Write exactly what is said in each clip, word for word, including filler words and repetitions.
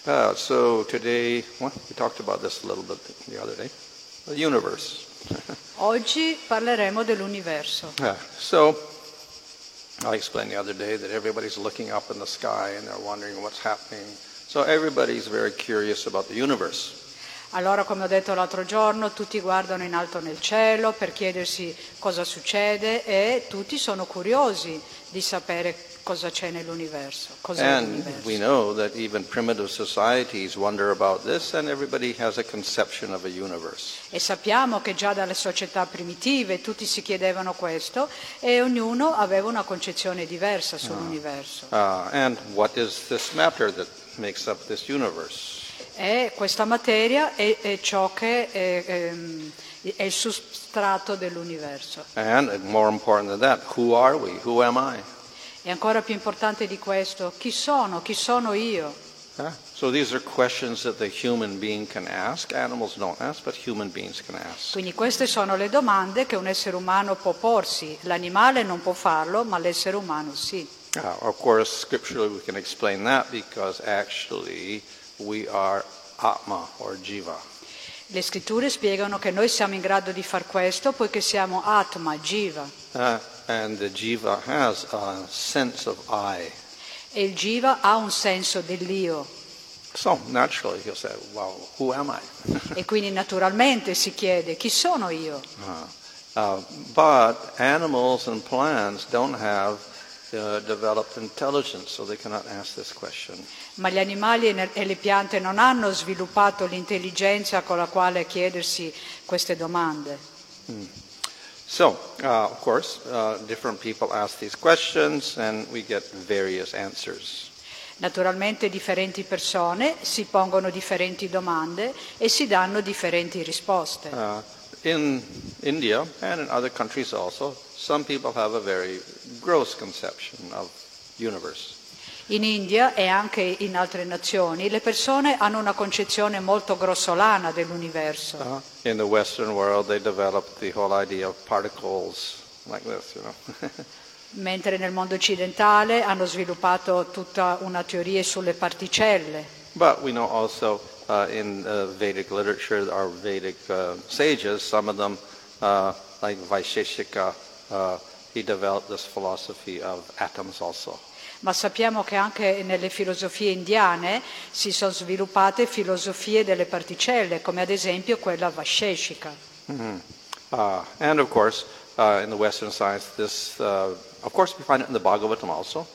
Uh, so today, well, we talked about this a little bit the other day, the universe. Oggi parleremo dell'universo. Yeah. So I explained the other day that everybody's looking up in the sky and they're wondering what's happening. So everybody's very curious about the universe. Allora, come ho detto l'altro giorno, tutti guardano in alto nel cielo per chiedersi cosa succede e tutti sono curiosi di sapere cosa c'è nell'universo. Cos'è And l'universo. we know that even primitive societies wonder about this, and everybody has a conception of a universe. E sappiamo che già dalle società primitive tutti si chiedevano questo e ognuno aveva una concezione diversa sull'universo. Uh, and what is this matter that makes up this universe? E questa materia è, è ciò che è, ehm, è il sostrato dell'universo. And more important than that, who are we? Who am I? E ancora più importante di questo, chi sono? Chi sono io? Huh? So these are questions that the human being can ask. Animals don't ask, but human beings can ask. Quindi queste sono le domande che un essere umano può porsi. L'animale non può farlo, ma l'essere umano sì. Uh, of course, scripturally we can explain that because actually we are Atma or Jiva. Le scritture spiegano che noi siamo in grado di far questo poiché siamo Atma, Jiva. Uh, and the Jiva has a sense of I. E il Jiva ha un senso dell'io. So naturally he'll say, well, who am I? E quindi naturalmente si chiede, chi sono io? Uh, uh, but animals and plants don't have uh, developed intelligence, so they cannot ask this question. Ma gli animali e ne- e le piante non hanno sviluppato l'intelligenza con la quale chiedersi queste domande. Mm. So, uh, of course, uh, different people ask these questions and we get various answers. Naturalmente differenti persone si pongono differenti domande e si danno differenti risposte. Uh, in India and in other countries also, some people have a very gross conception of universe. In India e anche in altre nazioni le persone hanno una concezione molto grossolana dell'universo. Uh, in the Western world, they developed the whole idea of particles like this, you know. Mentre nel mondo occidentale hanno sviluppato tutta una teoria sulle particelle. But we know also uh, in uh, Vedic literature, our Vedic uh, sages, some of them, uh, like Vaisheshika, uh, he developed this philosophy of atoms also. Ma sappiamo che anche nelle filosofie indiane si sono sviluppate filosofie delle particelle, come ad esempio quella vaisheshika. Mm-hmm. uh, and of course, uh, in the Western science, this, uh, of course, we find it in the Bhagavatam also.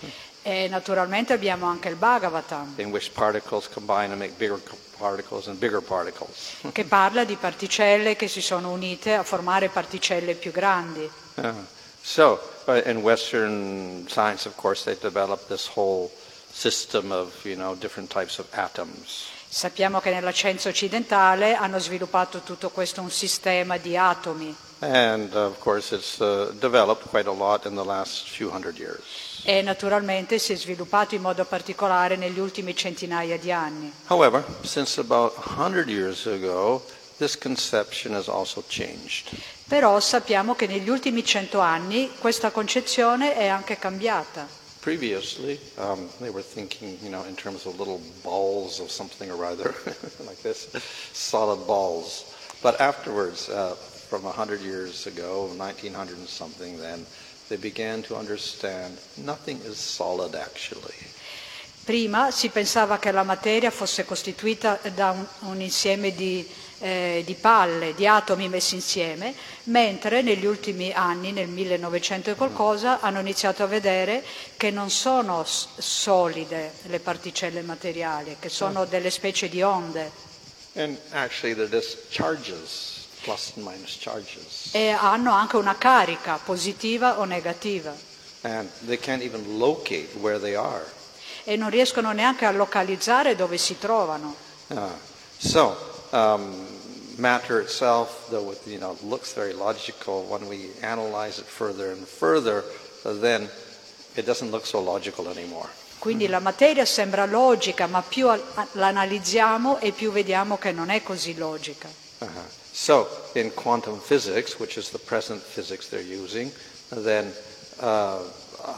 E naturalmente abbiamo anche il Bhagavatam, In which particles combine to make bigger particles and bigger particles. che parla di particelle che si sono unite a formare particelle più grandi. Uh, so, uh, in Western science, of course, they developed this whole system of, you know, different types of atoms. Sappiamo che nella scienza occidentale hanno sviluppato tutto questo un sistema di atomi. And, uh, of course, it's uh, developed quite a lot in the last few hundred years. E naturalmente si è sviluppato in modo particolare negli ultimi centinaia di anni. However, since about one hundred years ago, this conception has also changed. Però sappiamo che negli ultimi cento anni questa concezione è anche cambiata. Previously, um, they were thinking, you know, in terms of little balls of something or other, like this, solid balls. But afterwards, uh, from one hundred years ago, nineteen hundred and something then, they began to understand nothing is solid actually. Prima si pensava che la materia fosse costituita da un, un insieme di, eh, di palle, di atomi messi insieme, mentre negli ultimi anni, nel millenovecento e qualcosa, hanno iniziato a vedere che non sono s- solide le particelle materiali, che sono delle specie di onde And actually they're just charges, plus and minus charges. e hanno anche una carica positiva o negativa And they can't even locate where they are. e non riescono neanche a localizzare dove si trovano. Uh, so, um, matter itself, though it, you know, looks very logical, when we analyze it further and further, uh, then it doesn't look so logical anymore. Quindi la materia sembra logica, ma più a- l'analizziamo e più vediamo che non è così logica. Uh-huh. So, in quantum physics, which is the present physics they're using, then uh, a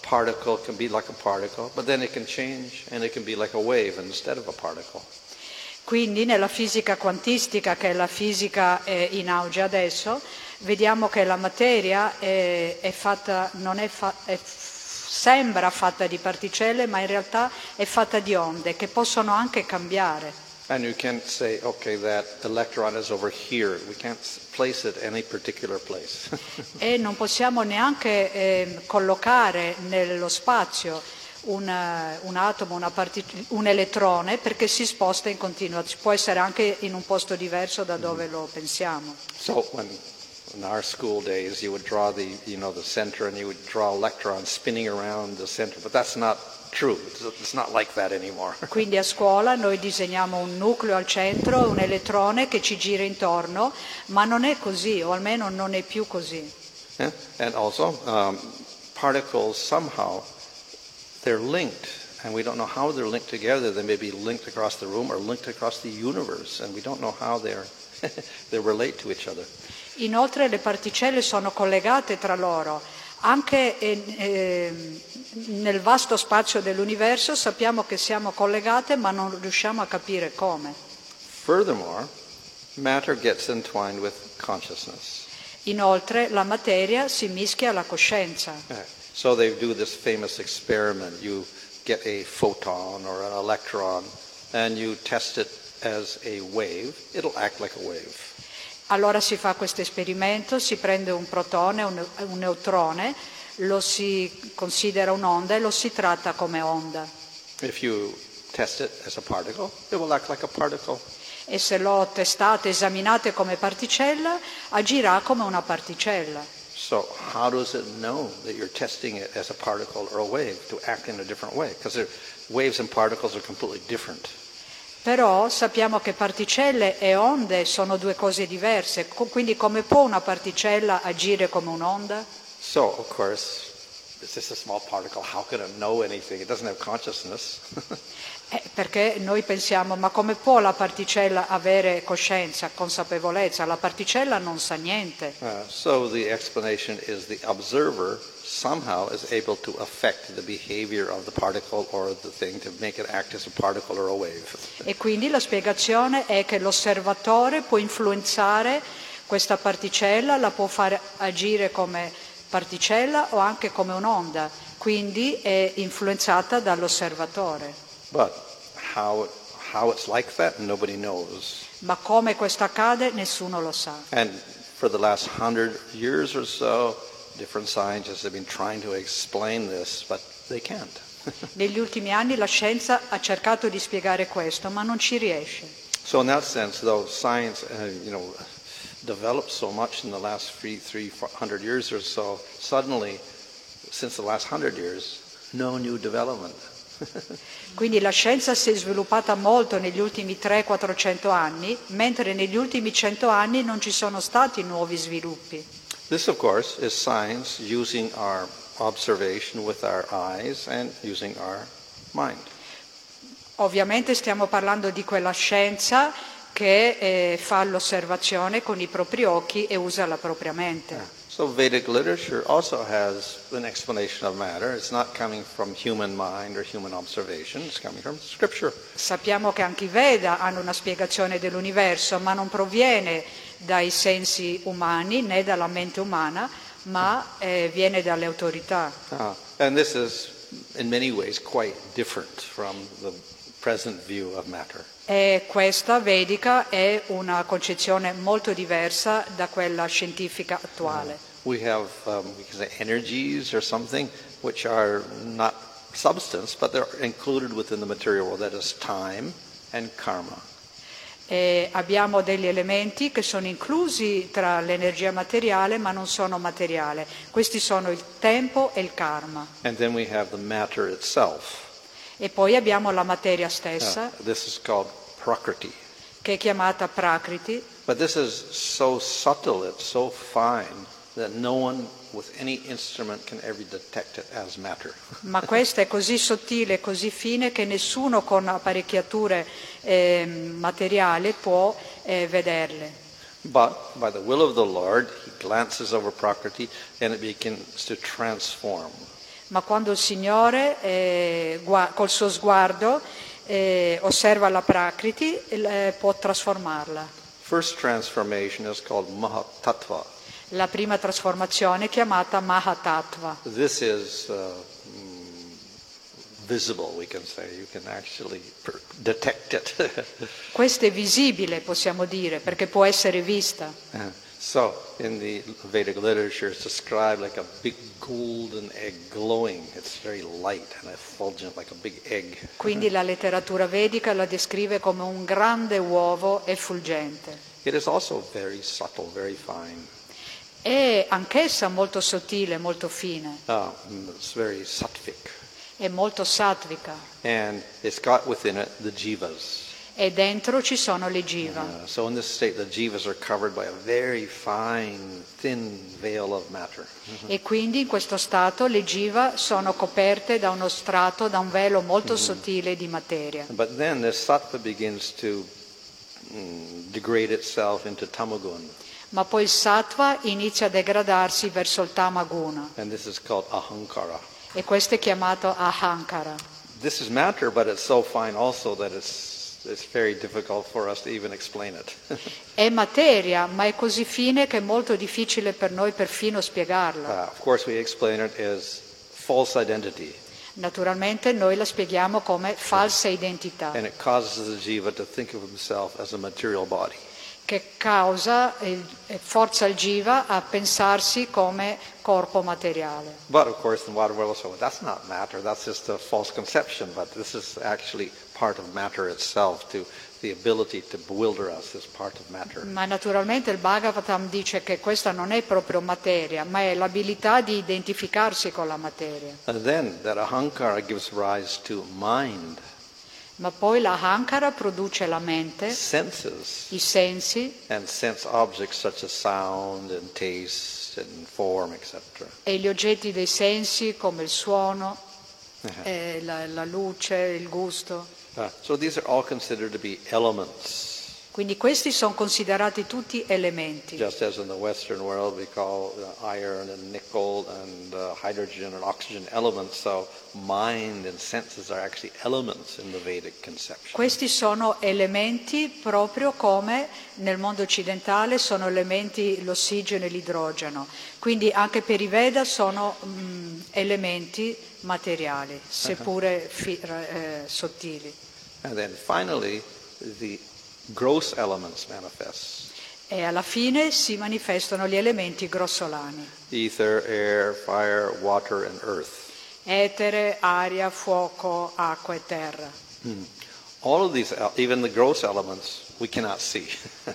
particle can be like a particle, but then it can change and it can be like a wave instead of a particle. Quindi nella fisica quantistica, che è la fisica eh, in auge adesso, vediamo che la materia è, è fatta, non è, fa, è sembra fatta di particelle, ma in realtà è fatta di onde che possono anche cambiare. And you can't say, okay, that electron is over here. We can't place it any particular place. E non possiamo neanche eh, collocare nello spazio un, un atomo, una partic- un elettrone, perché si sposta in continuazione. Può essere anche in un posto diverso da dove lo pensiamo. So when in our school days you would draw the, you know, the center and you would draw electrons spinning around the center, but that's not true. It's not like that anymore. Quindi a scuola noi disegniamo un nucleo al centro, un elettrone che ci gira intorno, ma non è così, o almeno non è più così. Yeah? And also, um, particles somehow, they're linked, and we don't know how they're linked together. They may be linked across the room or linked across the universe, and we don't know how they're they relate to each other. Inoltre le particelle sono collegate tra loro. Anche eh, eh, nel vasto spazio dell'universo sappiamo che siamo collegate, ma non riusciamo a capire come. Furthermore, matter gets entwined with consciousness. Inoltre la materia si mischia alla coscienza. Yeah. So they do this famous experiment. You get a photon or an electron and you test it as a wave. It'll act like a wave. Allora si fa questo esperimento, si prende un protone, un, un neutrone, lo si considera un'onda e lo si tratta come onda. If you test it as a particle, it will act like a particle. E se lo testate, esaminate come particella, agirà come una particella. So how does it know that you're testing it as a particle or a wave to act in a different way? Because waves and particles are completely different. Però sappiamo che particelle e onde sono due cose diverse, quindi come può una particella agire come un'onda? So, of course, it's just a small particle. How can it know anything? It doesn't have consciousness. Eh, perché noi pensiamo, ma come può la particella avere coscienza, consapevolezza? La particella non sa niente. Uh, so the explanation is the observer somehow is able to affect the behavior of the particle or the thing to make it act as a particle or a wave. E quindi la spiegazione è che l'osservatore può influenzare questa particella, la può fare agire come particella o anche come un'onda, quindi è influenzata dall'osservatore. But how, how it's like that, nobody knows. Ma come questo accade, nessuno lo sa. And for the last hundred years or so, different scientists have been trying to explain this, but they can't. Negli ultimi anni la scienza ha cercato di spiegare questo, ma non ci riesce. So in that sense, though science, uh, you know, developed so much in the last three, three, four hundred years or so, suddenly, since the last hundred years, no new development. Quindi la scienza si è sviluppata molto negli ultimi trecento quattrocento anni, mentre negli ultimi cento anni non ci sono stati nuovi sviluppi. This, of course, is science using our observation with our eyes and using our mind. Ovviamente stiamo parlando di quella scienza che eh, fa l'osservazione con i propri occhi e usa la propria mente. Yeah. So Vedic literature also has an explanation of matter. It's not coming from human mind or human observation, it's coming from scripture. Sappiamo che anche i Veda hanno una spiegazione dell'universo, ma non proviene dai sensi umani né dalla mente umana, ma eh, viene dalle autorità. Uh, and this is in many ways quite different from the present view of matter. E questa vedica è una concezione molto diversa da quella scientifica attuale. We have um, we can say energies or something which are not substance, but they're included within the material world. That is time and karma. E abbiamo degli elementi che sono inclusi tra l'energia materiale ma non sono materiale. Questi sono il tempo e il karma. And then we have the matter itself. E poi abbiamo la materia stessa, Uh, this is called prakriti. che è chiamata prakriti, But this is so subtle, it's so fine, that no one with any instrument can ever detect it as matter. ma questa è così sottile, così fine che nessuno con apparecchiature eh, materiali può eh, vederle. But by the will of the Lord, he glances over prakriti and it begins to transform. ma quando il Signore eh, gua- col suo sguardo eh, osserva la Prakriti, eh, può trasformarla. First transformation is called Mahatattva. La prima trasformazione è chiamata Mahatattva. This is uh, mm, visible, we can say. You can actually per- detect it. Questa è visibile, possiamo dire, perché può essere vista. Uh, So, in the Vedic literature, it's described like a big golden egg glowing. It's very light and effulgent, like a big egg. Quindi la letteratura vedica la descrive come un grande uovo effulgente. It is also very subtle, very fine. È anch'essa molto sottile, molto fine, Uh, it's very sattvic. è molto sattvica. And it's got within it the jivas. E dentro ci sono le jiva. Uh, so in this state, the jivas are covered by a very fine, thin veil of matter. E quindi in questo stato le jiva sono coperte da uno strato, da un velo molto sottile di materia. But then the sattva begins to mm, degrade itself into tamagun. Ma poi il sattva inizia a degradarsi verso il tamaguna. And this is called ahankara. E questo è chiamato ahankara. This is matter, but it's so fine also that it's it's very difficult for us to even explain it. È materia, ma è così fine che è molto difficile per noi perfino spiegarla. Uh, of course, we explain it as false identity, Naturalmente noi la spieghiamo come falsa identità, and it causes the jiva to think of himself as a material body. che causa e forza il jiva a pensarsi come corpo materiale. But of course, in modern world, so that's not matter. That's just a false conception. But this is actually part of matter itself. To the ability to bewilder us is part of matter. Ma naturalmente il Bhagavatam dice che questa non è proprio materia, ma è l'abilità di identificarsi con la materia. And then that ahankara gives rise to mind, Ma poi la Ahankara produce la mente, senses, i sensi and sense objects such as sound and taste and form, et cetera. e gli oggetti dei sensi come il suono, eh, la, la luce, il gusto. Uh, so these are all considered to be elements. Quindi questi sono considerati tutti elementi. Just as in the Western world we call uh, iron and nickel and uh, hydrogen and oxygen elements, so mind and senses are actually elements in the Vedic conception. Questi sono elementi proprio come nel mondo occidentale sono elementi l'ossigeno e l'idrogeno. Quindi anche per i Veda sono mm, elementi materiali, seppure fi- eh, sottili. And then finally, the gross elements manifest. E alla fine si manifestano gli elementi grossolani. Ether, air, fire, water, and earth. Etere, aria, fuoco, acqua e terra. Hmm. All of these, el- even the gross elements, we cannot see.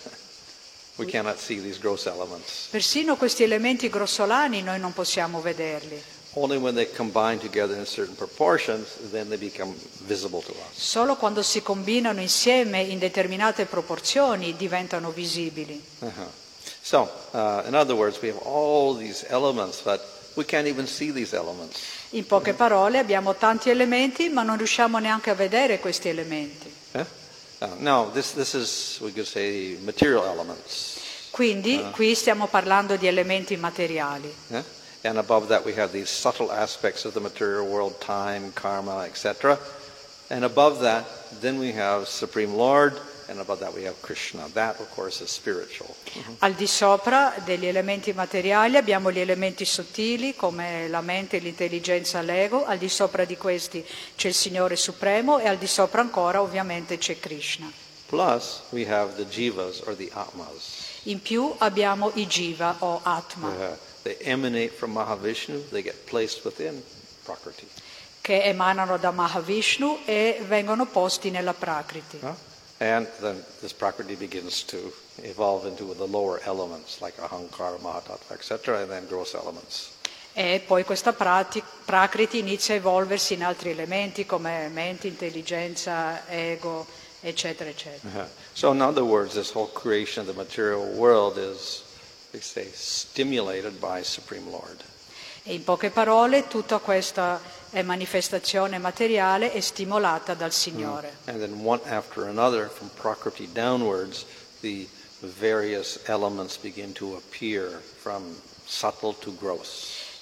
We cannot see these gross elements. Persino questi elementi grossolani noi non possiamo vederli. Only when they combine together in certain proportions, then they become visible to us. Solo quando si combinano insieme in determinate proporzioni diventano visibili. Uh-huh. So, uh, in other words, we have all these elements, but we can't even see these elements. In poche parole abbiamo tanti elementi, ma non riusciamo neanche a vedere questi elementi. Eh? Uh, now, this, this is, we could say, material elements. Quindi qui stiamo parlando di elementi materiali. Eh? And above that we have these subtle aspects of the material world, time, karma, et cetera. And above that, then we have Supreme Lord, and above that we have Krishna. That, of course, is spiritual. Mm-hmm. Al di sopra degli elementi materiali abbiamo gli elementi sottili come la mente, l'intelligenza, l'ego. Al di sopra di questi c'è il Signore Supremo e al di sopra ancora ovviamente c'è Krishna. Plus, we have the jivas, or the atmas. In più abbiamo i jiva o atma. Uh, they emanate from Mahavishnu, they get placed within Prakriti. Che emanano da Mahavishnu e vengono posti nella Prakriti. Huh? And then this Prakriti begins to evolve into the lower elements, like Ahankara, Mahatattva, et cetera, and then gross elements. E poi questa prati- Prakriti inizia a evolversi in altri elementi come mente, intelligenza, ego, eccetera, eccetera. Uh-huh. So in other words, this whole creation of the material world is, they say, stimulated by Supreme Lord. E in poche parole tutta questa eh, manifestazione materiale è stimolata dal Signore. And then one after another, from Prakriti downwards, the various elements begin to appear from subtle to gross.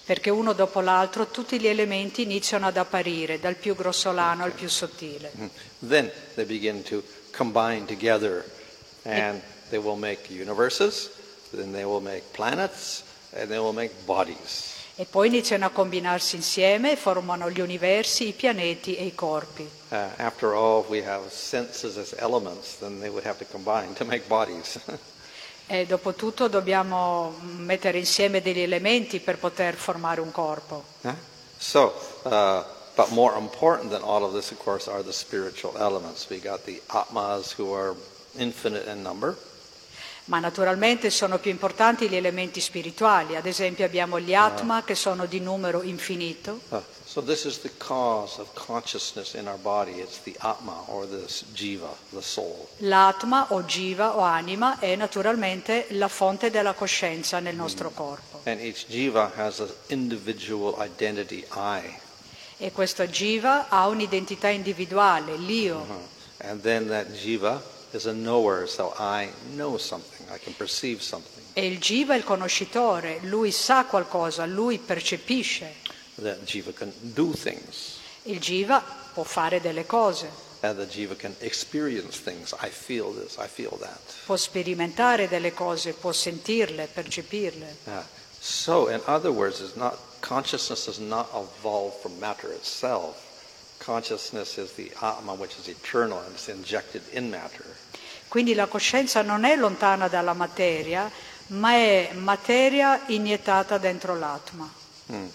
perché uno dopo l'altro tutti gli elementi iniziano ad apparire, dal più grossolano al più sottile. Then they begin to combine together and they will make universes, then they will make planets, and they will make bodies. E poi iniziano a combinarsi insieme e formano gli universi, i pianeti e i corpi. Uh, after all, if we have senses as elements, then they would have to combine to make bodies. E dopo tutto dobbiamo mettere insieme degli elementi per poter formare un corpo. Huh? So, uh, but more important than all of this, of course, are the spiritual elements. We got the Atmas who are infinite in number. Ma naturalmente sono più importanti gli elementi spirituali. Ad esempio abbiamo gli Atma che sono di numero infinito. Uh, so this is the cause of consciousness in our body. It's the Atma or this Jiva, the soul. L'Atma o Jiva o anima è naturalmente la fonte della coscienza nel nostro corpo. And each Jiva has an individual identity, I. E questo Jiva ha un'identità individuale, l'io. Uh-huh. And then that Jiva is a knower, so I know something, I can perceive something. E il Jiva è il conoscitore, lui sa qualcosa, lui percepisce. That Jiva can do things. Il Jiva può fare delle cose, And the Jiva can experience things. I feel this, I feel that. può sperimentare delle cose, può sentirle, percepirle. Yeah. So, in other words, it's not, consciousness does not evolve from matter itself. Consciousness is the Atma, which is eternal, and it's injected in matter. Quindi la coscienza non è lontana dalla materia, ma è materia iniettata dentro l'Atma. Hmm.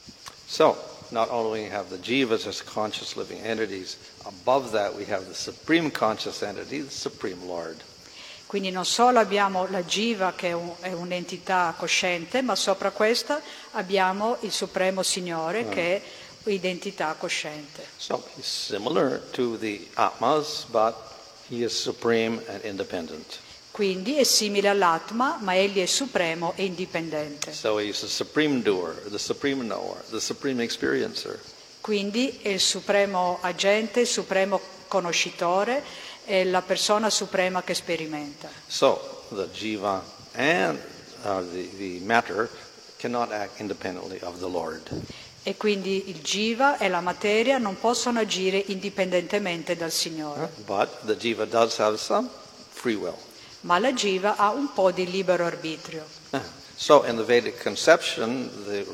So, not only have the Jivas as conscious living entities, above that we have the supreme conscious entity, the Supreme Lord. Quindi non solo abbiamo la Jiva che è, un, è un'entità cosciente, ma sopra questa abbiamo il Supremo Signore che è identità cosciente. So he's similar to the Atmas, but he is supreme and independent. Quindi è simile all'Atma, ma egli è supremo e indipendente. So he's the supreme doer, the supreme knower, the supreme experiencer. Quindi è il supremo agente, il supremo conoscitore, è la persona suprema che sperimenta. So the Jiva and uh, the, the matter cannot act independently of the Lord. E quindi il Jiva e la materia non possono agire indipendentemente dal Signore. But the Jiva does have some free will. Ma la Jiva ha un po' di libero arbitrio. So in the Vedic conception, the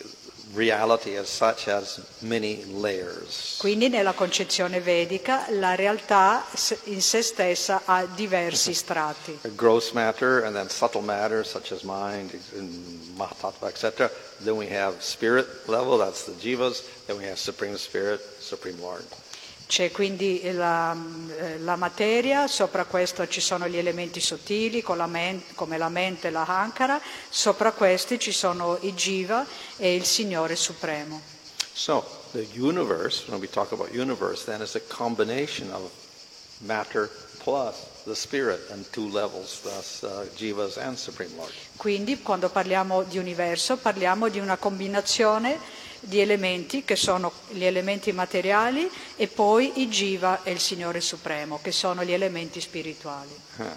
reality as such has many layers. Quindi nella concezione vedica la realtà in se stessa ha diversi strati. Gross matter and then subtle matter such as mind, Mahatattva, et cetera. Then we have spirit level, that's the Jivas. Then we have Supreme Spirit, Supreme Lord. C'è quindi la, la materia, sopra questo ci sono gli elementi sottili con la men- come la mente e la Ankara, sopra questi ci sono i Jiva e il Signore Supremo. So the universe, when we talk about universe, then is a combination of matter plus the spirit and two levels, thus uh, Jivas and Supreme Lord. Quindi quando parliamo di universo parliamo di una combinazione di elementi che sono gli elementi materiali e poi i Jiva e il Signore Supremo, che sono gli elementi spirituali.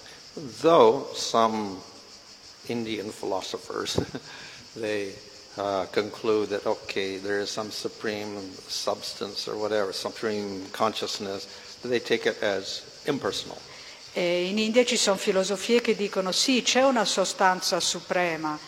Though some Indian philosophers, they uh, conclude that, okay, there is some supreme substance or whatever, supreme consciousness, they take it as impersonal. E in India ci sono filosofie che dicono sì, c'è una sostanza suprema,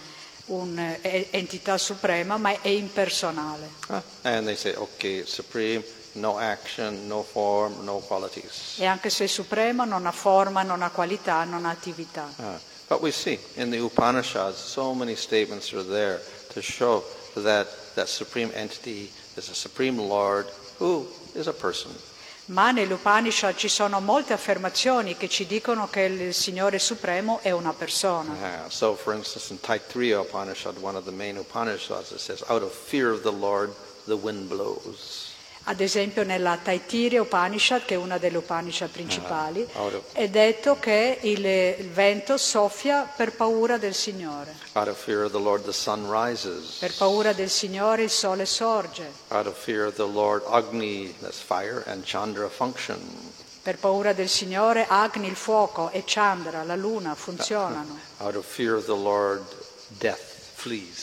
un'entità suprema, ma è impersonale. Uh, and they say, okay, it's supreme, no action, no form, no qualities. E anche se è suprema non ha forma, non ha qualità, non ha attività. Uh, but we see in the Upanishads, so many statements are there to show that that supreme entity is a supreme Lord who is a person. Ma nell'Upanishad ci sono molte affermazioni che ci dicono che il Signore Supremo è una persona. Uh, so, for instance, in Taittiriya Upanishad, one of the main Upanishads, it says, out of fear of the Lord, the wind blows. Ad esempio nella Taittiriya Upanishad, che è una delle Upanishad principali, Uh, è detto che il, il vento soffia per paura del Signore. Out of fear of the Lord, the sun rises. Per paura del Signore il sole sorge. Out of fear of the Lord, Agni, that's fire, and Chandra function. Per paura del Signore Agni, il fuoco, e Chandra, la luna, funzionano. Out of fear of the Lord, death flees.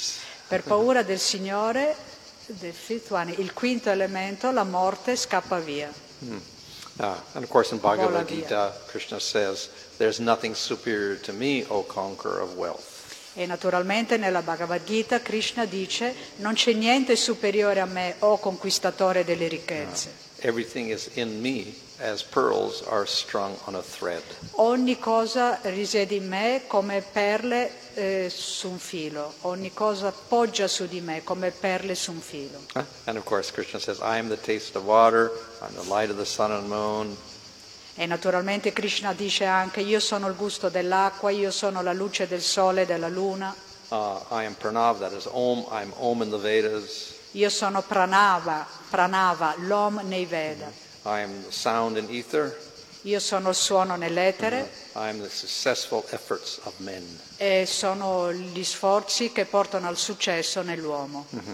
Per paura del Signore, the fifth one, il quinto elemento, la morte scappa via. Hmm. Uh, and of course in Vola Bhagavad via. Gita, Krishna says, there's nothing superior to me, O conqueror of wealth. E naturalmente nella Bhagavad Gita Krishna dice non c'è niente superiore a me, o conquistatore delle ricchezze. Uh, everything is in me as pearls are strung on a thread. Ogni cosa risiede in me come perle eh, su un filo, ogni cosa poggia su di me come perle su un filo. Uh, and of course Krishna says, I am the taste of water, I'm the light of the sun and moon. E naturalmente Krishna dice anche io sono il gusto dell'acqua, io sono la luce del sole e della luna. Uh, I am Pranav, that is Om, I'm Om in the Vedas. Io sono Pranava, Pranava, l'Om nei Veda. I am the sound in ether. Io sono il suono nell'etere I am the successful efforts of men. e sono gli sforzi che portano al successo nell'uomo. Mm-hmm.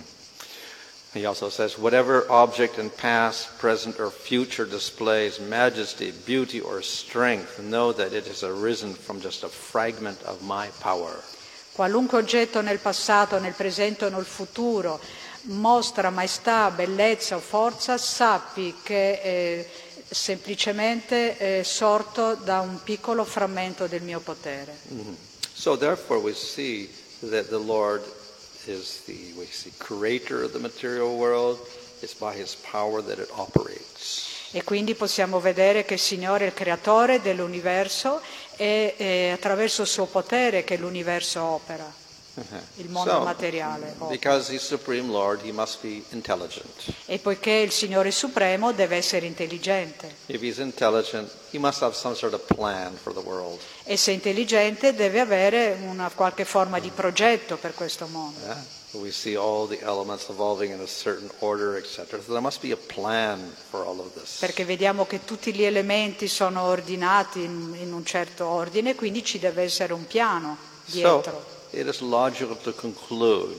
He also says, whatever object in past, present, or future displays majesty, beauty, or strength, know that it has arisen from just a fragment of my power. Qualunque oggetto nel passato, nel presente o nel futuro mostra maestà, bellezza o forza, sappi che è semplicemente è sorto da un piccolo frammento del mio potere. Mm-hmm. So therefore we see that the Lord is the we see, creator of the material world. It's by his power that it operates. E quindi possiamo vedere che il Signore è il creatore dell'universo e è attraverso il suo potere che l'universo opera, il mondo So, materiale opera. because he's supreme Lord, he must be intelligent. E poiché il Signore Supremo deve essere intelligente. If he's intelligent, he must have some sort of plan for the world. E se è intelligente deve avere una qualche forma di progetto per questo mondo. Yeah? We see all the elements evolving in a certain order, et cetera. So there must be a plan for all of this. Perché vediamo che tutti gli elementi sono ordinati in, in un certo ordine, quindi ci deve essere un piano dietro. So it is logical to conclude,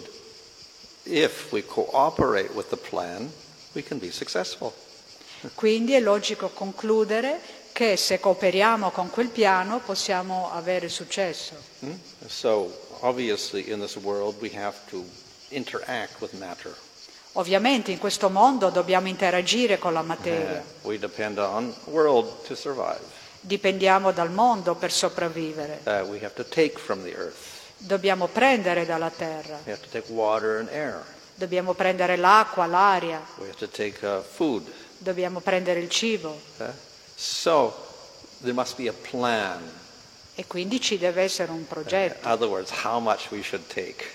if we cooperate with the plan, we can be successful. Quindi è logico concludere che se cooperiamo con quel piano possiamo avere successo. Hmm? So obviously in this world we have to interact with matter. Ovviamente in questo mondo dobbiamo interagire con la materia. Uh, we depend on world to survive. Dipendiamo dal mondo per sopravvivere. Uh, we have to take from the earth. Dobbiamo prendere dalla terra. We have to take water and air. Dobbiamo prendere l'acqua, l'aria. We have to take uh, food. Dobbiamo prendere il cibo. Uh, so there must be a plan. E quindi ci deve essere un progetto. In other words, how much we should take.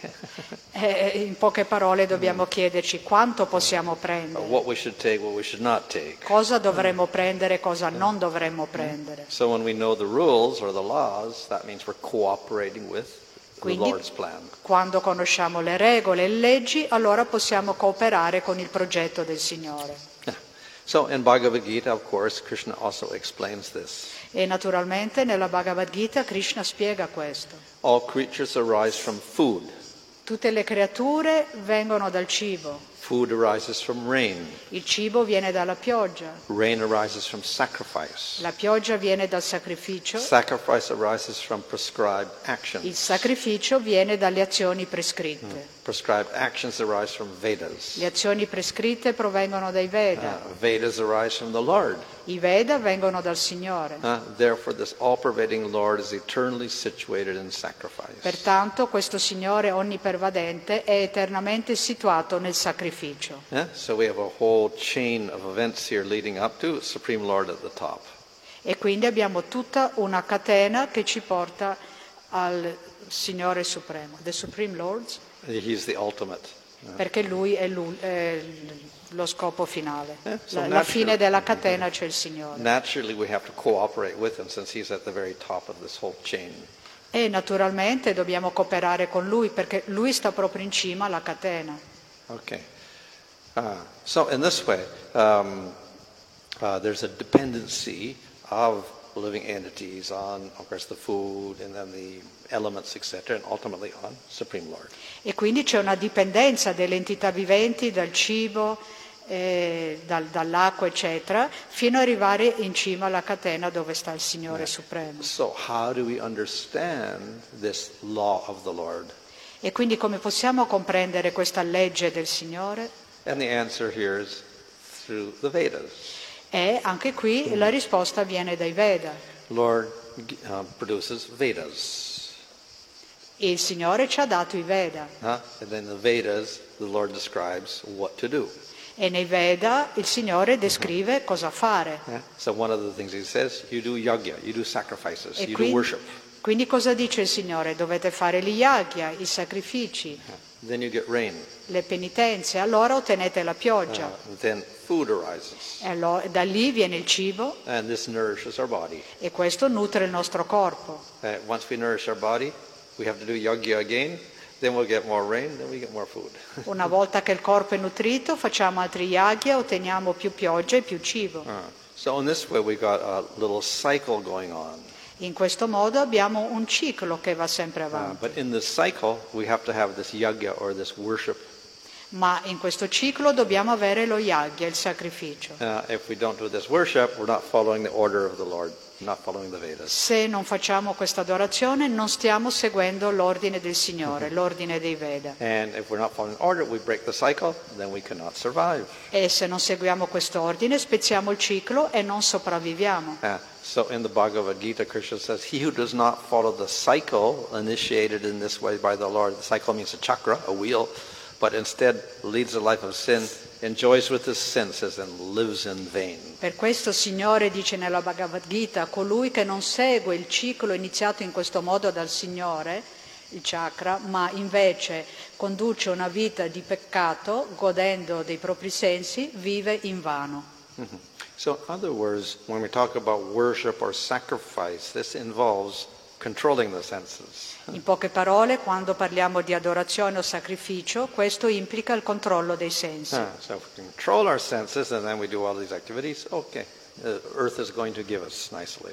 E in poche parole dobbiamo chiederci quanto possiamo prendere. What we should take, what we should not take. Cosa dovremmo prendere, cosa non dovremmo prendere. So when we know the rules or the laws, that means we're cooperating with the Quindi, Lord's plan. quando conosciamo le regole e le leggi, allora possiamo cooperare con il progetto del Signore. So in Bhagavad Gita, of course, Krishna also explains this. E naturalmente nella Bhagavad Gita Krishna spiega questo. All creatures arise from food. Tutte le creature vengono dal cibo. Food arises from rain. Il cibo viene dalla pioggia. Rain arises from sacrifice. La pioggia viene dal sacrificio. Sacrifice arises from prescribed Il actions. sacrificio viene dalle azioni prescritte. Prescribed actions arise from Vedas. Le azioni prescritte provengono dai Veda. Uh, Vedas arise from the Lord. I Veda vengono dal Signore. Uh, therefore, this all-pervading Lord is eternally situated in sacrifice. Pertanto questo Signore onnipervadente è eternamente situato nel sacrificio. Yeah? So we have a whole chain of events here leading up to Supreme Lord at the top. E quindi abbiamo tutta una catena che ci porta al Signore Supremo, the Supreme Lord, He's the ultimate. perché Lui è, lui, è lo scopo finale. Eh, so La, la natural- fine della catena c'è il Signore. Naturally, we have to cooperate with Him since He's at the very top of this whole chain. E naturalmente dobbiamo cooperare con Lui perché Lui sta proprio in cima alla catena. Okay. Uh, so in this way, um, uh, there's a dependency of living entities on, of course, the food and then the elements, et cetera, and ultimately on Supreme Lord. E quindi c'è una dipendenza delle entità viventi dal cibo, eh, dal, dall'acqua, eccetera, fino ad arrivare in cima alla catena dove sta il Signore Supremo. So how do we understand this law of the Lord? E quindi come possiamo comprendere questa legge del Signore? And the answer here is through the Vedas. E anche qui la risposta viene dai Veda. Lord uh, produces Vedas. Il Signore ci ha dato i Veda. Huh? And then the Vedas, the Lord describes what to do. E nei Veda il Signore descrive cosa fare. Yeah? So one of the things he says, you do yagya, you do sacrifices, E you quindi, do worship. quindi cosa dice il Signore? Dovete fare gli yagya, i sacrifici, Yeah. Then you get rain. le penitenze, allora ottenete la pioggia. Uh, then food arises. E allora, da lì viene il cibo And this nourishes our body. e questo nutre il nostro corpo. Uh, once we nourish our body, we have to do yagya again. Then we'll get more rain, then we get more food. Una volta che il corpo è nutrito, facciamo altri yagya, otteniamo più pioggia e più cibo. Uh, so in this way we got a little cycle going on. In questo modo abbiamo un ciclo che va sempre Uh, avanti. but in this cycle, we have to have this yagya or this worship. Ma in questo ciclo dobbiamo avere lo yagya, il sacrificio. Uh, if we don't do this worship, we're not following the order of the Lord, not following the Vedas. Se non facciamo questa adorazione non stiamo seguendo l'ordine del Signore, l'ordine dei Veda. And if we're not following order, we break the cycle, then we cannot survive. E se non seguiamo quest'ordine spezziamo il ciclo e non sopravviviamo. Uh, so in the Bhagavad Gita, Krishna says, he who does not follow the cycle initiated in this way by the Lord, the cycle means a chakra, a wheel, but instead leads a life of sin, enjoys with his senses and lives in vain. Per questo il Signore dice nella Bhagavad Gita, colui che non segue il ciclo iniziato in questo modo dal Signore, il chakra, ma invece conduce una vita di peccato, godendo dei propri sensi, vive invano. Mm-hmm. So in other words, when we talk about worship or sacrifice, this involves controlling the senses. In poche parole, quando parliamo di adorazione o sacrificio, questo implica il controllo dei sensi. Ah, so if we control our senses and then we do all these activities, okay, the earth is going to give us nicely.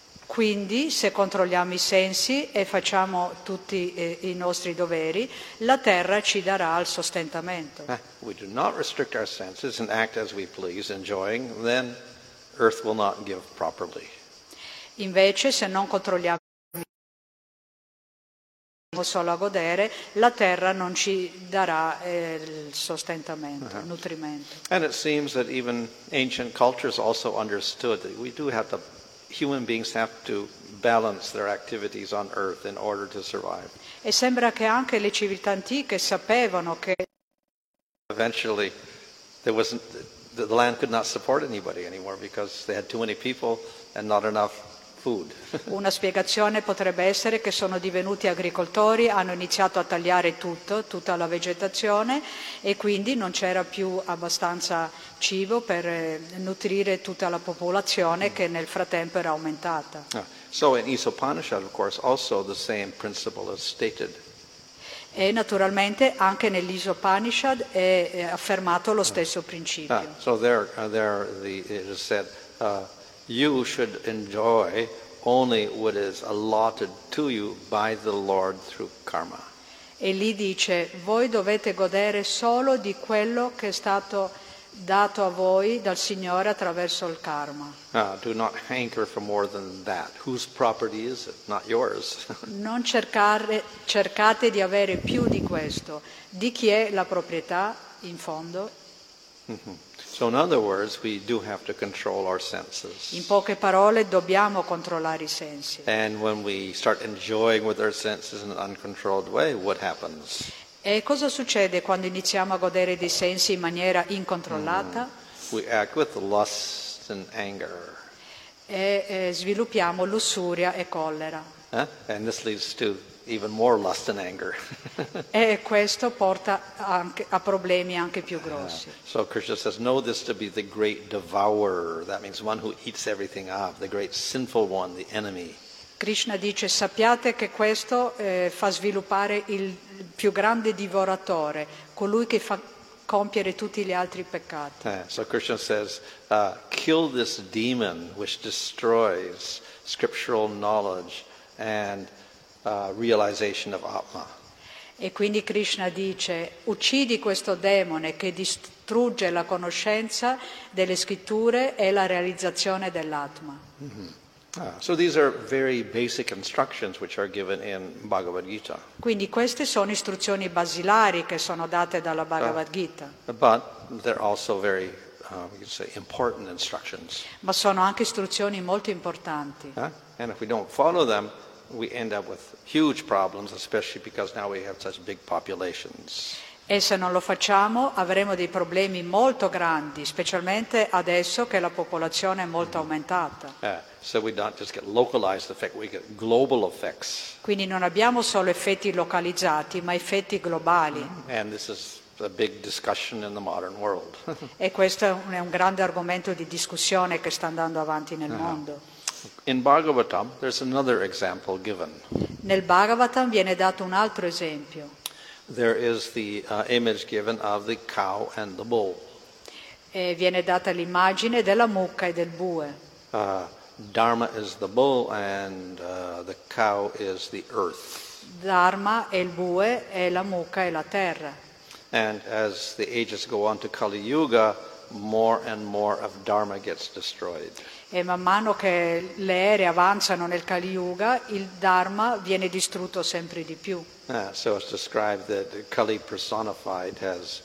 Quindi, se controlliamo i sensi e facciamo tutti eh, i nostri doveri, la terra ci darà il sostentamento. Ah, we do not restrict our senses and act as we please, enjoying, then earth will not give properly. Invece, se non controlliamo solo a godere, la terra non ci darà eh, il sostentamento, il nutrimento. And it seems that even ancient cultures also understood that we do have to, human beings have to balance their activities on earth in order to survive. E sembra che anche le civiltà antiche sapevano che Eventually, there wasn't, the, the land could not support anybody anymore because they had too many people and not enough food. una spiegazione potrebbe essere che sono divenuti agricoltori, hanno iniziato a tagliare tutto, tutta la vegetazione e quindi non c'era più abbastanza cibo per eh, nutrire tutta la popolazione che nel frattempo era aumentata. Ah, so in Isopanishad, of course, also the same principle is stated. E naturalmente anche nell'Isopanishad è, è affermato lo stesso principio. Ah, so there, uh, there the, it is said, uh, you should enjoy only what is allotted to you by the Lord through karma. E lì dice, voi dovete godere solo di quello che è stato dato a voi dal Signore attraverso il karma. Uh, do not hanker for more than that. Whose property is it? Not yours. Non cercare, cercate di avere più di questo. Di chi è la proprietà, in fondo? Mm-hmm. So in other words, we do have to control our senses. In poche parole, dobbiamo controllare i sensi. And when we start enjoying with our senses in an uncontrolled way, what happens? E cosa succede quando iniziamo a godere dei sensi in maniera incontrollata? Mm. We act with lust and anger. E eh, sviluppiamo lussuria e collera. Huh? And this leads to even more lust and anger. E questo porta anche a problemi anche più grossi. Uh, so Krishna says, know this to be the great devourer. That means one who eats everything up, the great sinful one, the enemy. Krishna dice, sappiate che questo eh, fa sviluppare il più grande divoratore, colui che fa compiere tutti gli altri peccati. Uh, so Krishna says, uh, kill this demon which destroys scriptural knowledge and uh, realization of Atma. E quindi Krishna dice, uccidi questo demone che distrugge la conoscenza delle scritture e la realizzazione dell'Atma. Mm-hmm. Ah, so these are very basic instructions which are given in Bhagavad Gita. Quindi queste sono istruzioni basilari che sono date dalla Bhagavad Gita, But they're also very, uh, we could say, important instructions. ma sono anche istruzioni molto importanti. Huh? And if we don't follow them, we end up with huge problems, especially because now we have such big populations. E se non lo facciamo avremo dei problemi molto grandi, specialmente adesso che la popolazione è molto aumentata. Uh, so we don't just get localized effect, we get global effects. Quindi non abbiamo solo effetti localizzati, ma effetti globali. And this is a big discussion in the modern world. E questo è un, è un grande argomento di discussione che sta andando avanti nel mondo. In Bhagavatam, there's another example given. Nel Bhagavatam viene dato un altro esempio. There is the uh, image given of the cow and the bull. E viene data l'immagine della mucca e del bue. Uh, Dharma is the bull and uh, the cow is the earth. Dharma è il bue e la mucca è la terra. And as the ages go on to Kali Yuga, more and more of Dharma gets destroyed. E man mano che le ere avanzano nel Kali Yuga, il Dharma viene distrutto sempre di più. Uh, so it's described that Kali personified has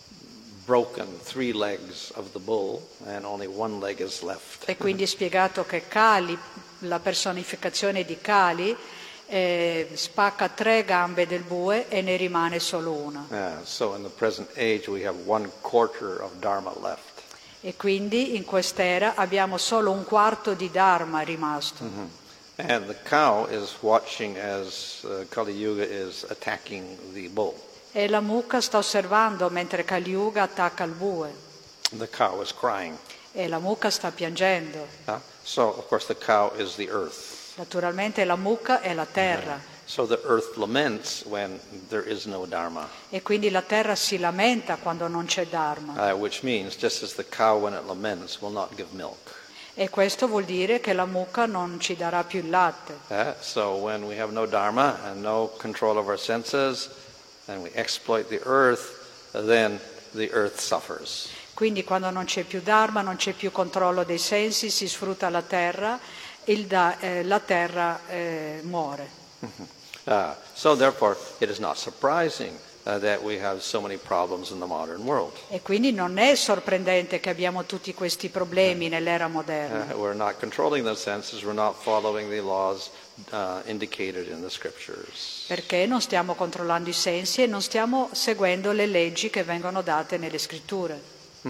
broken three legs of the bull and only one leg is left. E quindi è spiegato che Kali, la personificazione di Kali, eh, spacca tre gambe del bue e ne rimane solo una. Uh, so in the present age we have one quarter of Dharma left. E quindi in quest'era abbiamo solo un quarto di Dharma rimasto. Mm-hmm. And the cow is watching as uh, Kali Yuga is attacking the bull. E la mucca sta osservando mentre Kali Yuga attacca il bue. The cow is crying. E la mucca sta piangendo. Uh, so of course the cow is the earth. Naturalmente la mucca è la terra. So the earth laments when there is no Dharma. E quindi la terra si lamenta quando non c'è Dharma. Uh, which means just as the cow when it laments will not give milk. E questo vuol dire che la mucca non ci darà più il latte. Uh, so when we have no Dharma and no control of our senses and we exploit the earth, then the earth suffers. Quindi quando non c'è più Dharma, non c'è più controllo dei sensi, si sfrutta la terra, il da, eh, la terra eh, muore. Mm-hmm. Uh, so therefore it is not surprising uh, that we have so many problems in the modern world. E quindi non è sorprendente che abbiamo tutti questi problemi nell'era moderna. Uh, we're not controlling the senses, we're not following the laws uh, indicated in the scriptures. Perché non stiamo controllando i sensi e non stiamo seguendo le leggi che vengono date nelle scritture. Hmm.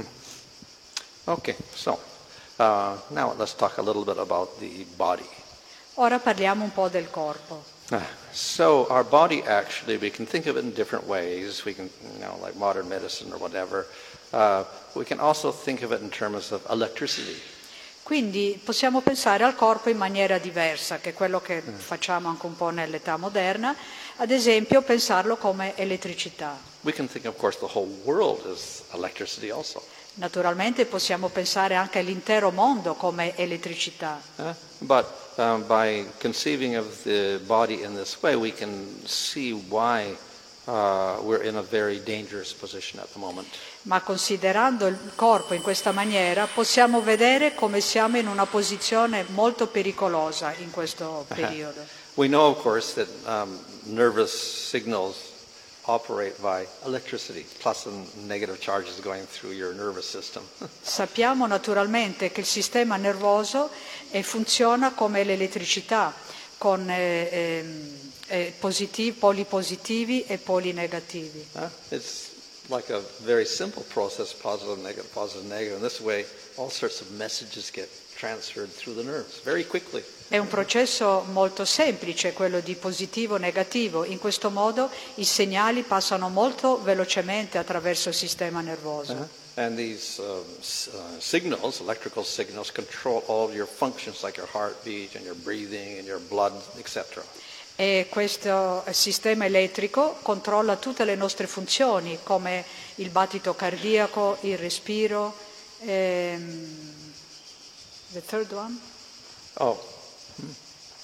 Okay, so uh, now let's talk a little bit about the body. Ora parliamo un po' del corpo. Uh, so our body actually, we can think of it in different ways. We can, you know, like modern medicine or whatever. Uh, we can also think of it in terms of electricity. Quindi possiamo pensare al corpo in maniera diversa, che è quello che facciamo anche un po' nell'età moderna, ad esempio pensarlo come elettricità. We can think, of course, the whole world is electricity also. Naturalmente possiamo pensare anche all'intero mondo come elettricità. Uh, but um, by conceiving of the body in this way, we can see why uh, we're in a very dangerous position at the moment. Ma considerando il corpo in questa maniera, possiamo vedere come siamo in una posizione molto pericolosa in questo periodo. We know, of course, that um, nervous signals operate by electricity, plus and negative charges going through your nervous system. Sappiamo naturalmente che il sistema nervoso eh, funziona come l'elettricità, con eh, eh, eh, positivi, poli positivi e poli negativi. Uh, it's like a very simple process, positive, negative, positive, negative. In this way, all sorts of messages get transferred through the nerves very quickly. È un processo molto semplice, quello di positivo-negativo. In questo modo i segnali passano molto velocemente attraverso il sistema nervoso. Uh-huh. And these um, s- uh, signals, electrical signals, control all your functions like your heartbeat and your breathing and your blood, et cetera. E questo sistema elettrico controlla tutte le nostre funzioni, come il battito cardiaco, il respiro. Ehm, the third one? Oh.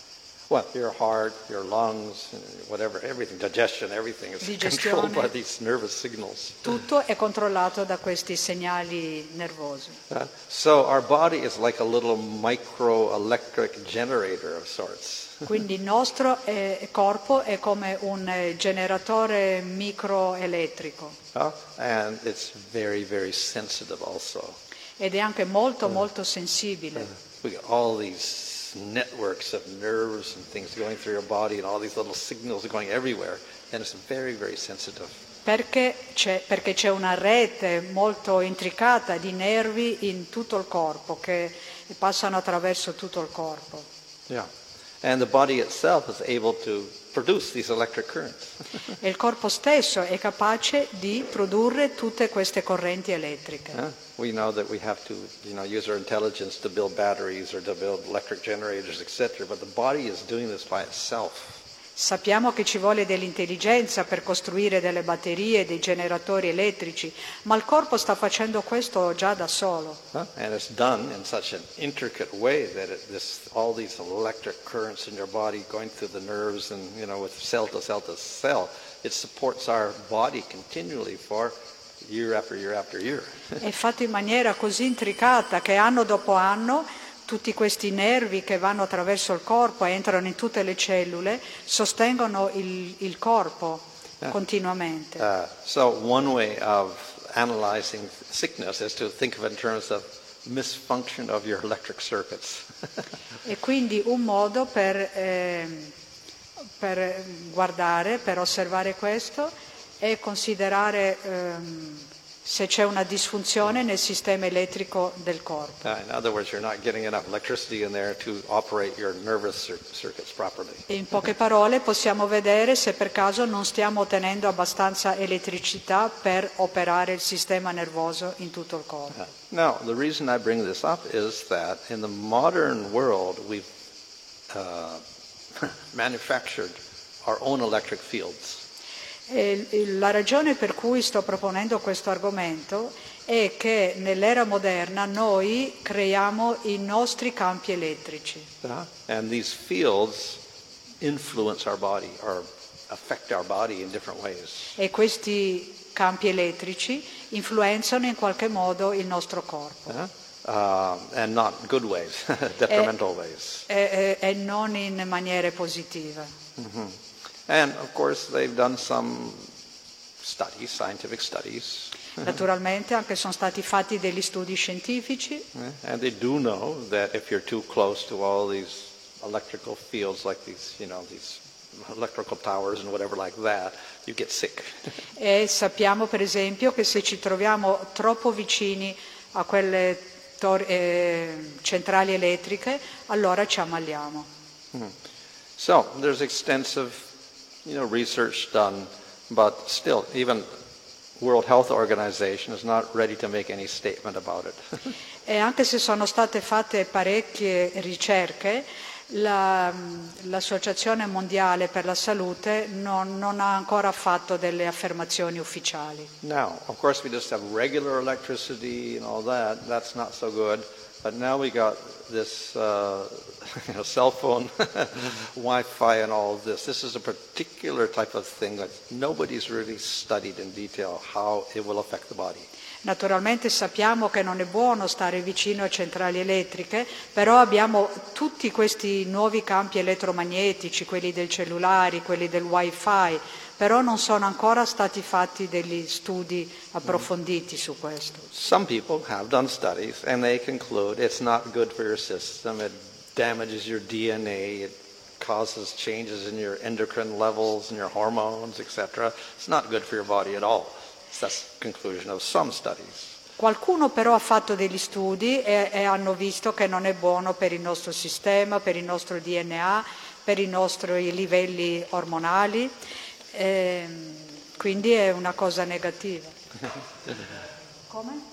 Well, your heart, your lungs, whatever, everything, digestion, everything is Digestione. controlled by these nervous signals. Tutto è controllato da questi segnali nervosi. Uh, so our body is like a little microelectric generator of sorts. Quindi il nostro eh, corpo è come un eh, generatore microelettrico Uh, and it's very, very sensitive also. ed è anche molto molto sensibile. We got all these networks of nerves and things going through your body and all these little signals going everywhere, and it's very, very sensitive. Perché c'è, perché c'è una rete molto intricata di nervi in tutto il corpo che passano attraverso tutto il corpo. Yeah. And the body itself is able to produce these electric currents. E il corpo stesso è capace di produrre tutte queste correnti elettriche. Yeah. We know that we have to, you know, use our intelligence to build batteries or to build electric generators, et cetera. But the body is doing this by itself. Sappiamo che ci vuole dell'intelligenza per costruire delle batterie, dei generatori elettrici, ma il corpo sta facendo questo già da solo. Huh? And it's done in such an intricate way that it, this, all these electric currents in your body going through the nerves and, you know, with cell to cell to cell, it supports our body continually for year after year after year. È fatto in maniera così intricata che anno dopo anno tutti questi nervi che vanno attraverso il corpo e entrano in tutte le cellule sostengono il, il corpo Yeah. continuamente. Uh, so one way of analyzing sickness is to think of it in terms of misfunction of your electric circuits. E quindi un modo per, ehm, per guardare, per osservare questo è considerare ehm, se c'è una disfunzione nel sistema elettrico del corpo. Uh, in other words, you're not getting enough electricity in there to operate your nervous cir- circuits properly. E in poche parole possiamo vedere se per caso non stiamo ottenendo abbastanza elettricità per operare il sistema nervoso in tutto il corpo. Uh, now, the reason I bring this up is that in the modern world, we've uh, manufactured our own electric fields. E la ragione per cui sto proponendo questo argomento è che nell'era moderna noi creiamo i nostri campi elettrici. Uh, and these fields influence our body or affect our body in different ways. E questi campi elettrici influenzano in qualche modo il nostro corpo. Uh, uh, and not good ways, detrimental ways. E, e, e non in maniere positive. Mm-hmm. And of course they've done some studies, scientific studies. Naturalmente anche sono stati fatti degli studi scientifici Uh, and they do know that if you're too close to all these electrical fields like these, you know, these electrical towers and whatever like that, you get sick. e sappiamo per esempio che se ci troviamo troppo vicini a quelle tor- eh, centrali elettriche allora ci ammaliamo. Hmm. So there's extensive, you know, research done, but still, even World Health Organization is not ready to make any statement about it. E anche se sono state fatte parecchie ricerche, la, l'Associazione Mondiale per la Salute non, non ha ancora fatto delle affermazioni ufficiali. Now, of course, we just have regular electricity and all that. That's not so good. But now we got this uh, you know, cell phone, Wi-Fi and all of this. This is a particular type of thing that nobody's really studied in detail how it will affect the body. Naturalmente sappiamo che non è buono stare vicino a centrali elettriche, però abbiamo tutti questi nuovi campi elettromagnetici, quelli del cellulare, quelli del Wi-Fi, però non sono ancora stati fatti degli studi approfonditi su questo. Some people have done studies and they conclude it's not good for your system, it damages your D N A, it causes changes in your endocrine levels and your hormones, et cetera. It's not good for your body at all. That's the conclusion of some studies. Qualcuno però ha fatto degli studi e, e hanno visto che non è buono per il nostro sistema, per il nostro D N A, per i nostri livelli ormonali, e quindi è una cosa negativa. Come?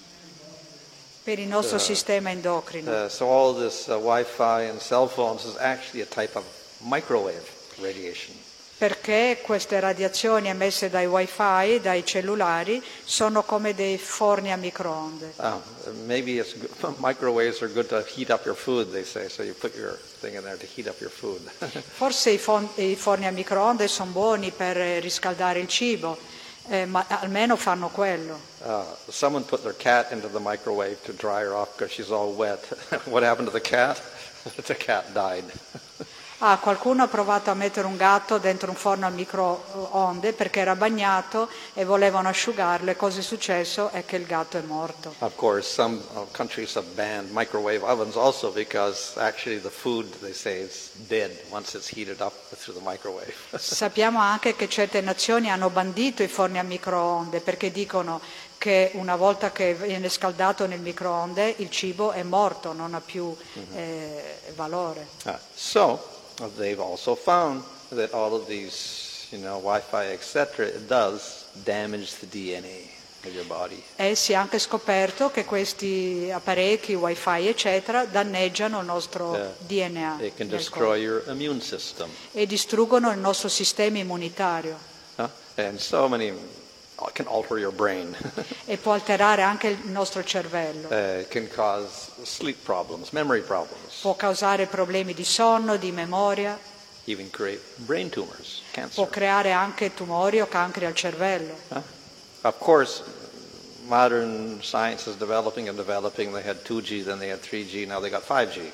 Per il nostro Uh, sistema endocrino. Uh, so all this uh, Wi-Fi and cell phones is actually a type of microwave radiation. perché queste radiazioni emesse dai wifi, dai cellulari, sono come dei forni a microonde. Uh, maybe it's good. Microwaves are good to heat up your food, they say, so you put your thing in there to heat up your food. Forse i, fon- i forni a microonde sono buoni per eh, riscaldare il cibo, eh, ma almeno fanno quello. Uh, someone put their cat into the microwave to dry her off because she's all wet. What happened to the cat? The cat died. Ah, qualcuno ha provato a mettere un gatto dentro un forno a microonde perché era bagnato e volevano asciugarlo, e cosa è successo? È che il gatto è morto. Of course, some uh, countries have banned microwave ovens also because actually the food, they say, is dead once it's heated up through the microwave. Sappiamo anche che certe nazioni hanno bandito i forni a microonde perché dicono che una volta che viene scaldato nel microonde il cibo è morto, non ha più eh, valore. Uh, so, uh, they've also found that all of these, you know, Wi-Fi, et cetera, it does damage the D N A of your body. E si è anche scoperto che questi apparecchi, wifi eccetera, danneggiano il nostro Yeah. D N A They can nel destroy corpo your immune system. e distruggono il nostro sistema immunitario Huh? And so many uh, can alter your brain. e può alterare anche il nostro cervello. Uh, it can cause sleep problems, memory problems, Può causare problemi di sonno, di memoria, even create brain tumors, può cancer. creare anche tumori o cancri al cervello. Huh? Of course, modern science is developing and developing. They had two G, then they had three G, now they got five G.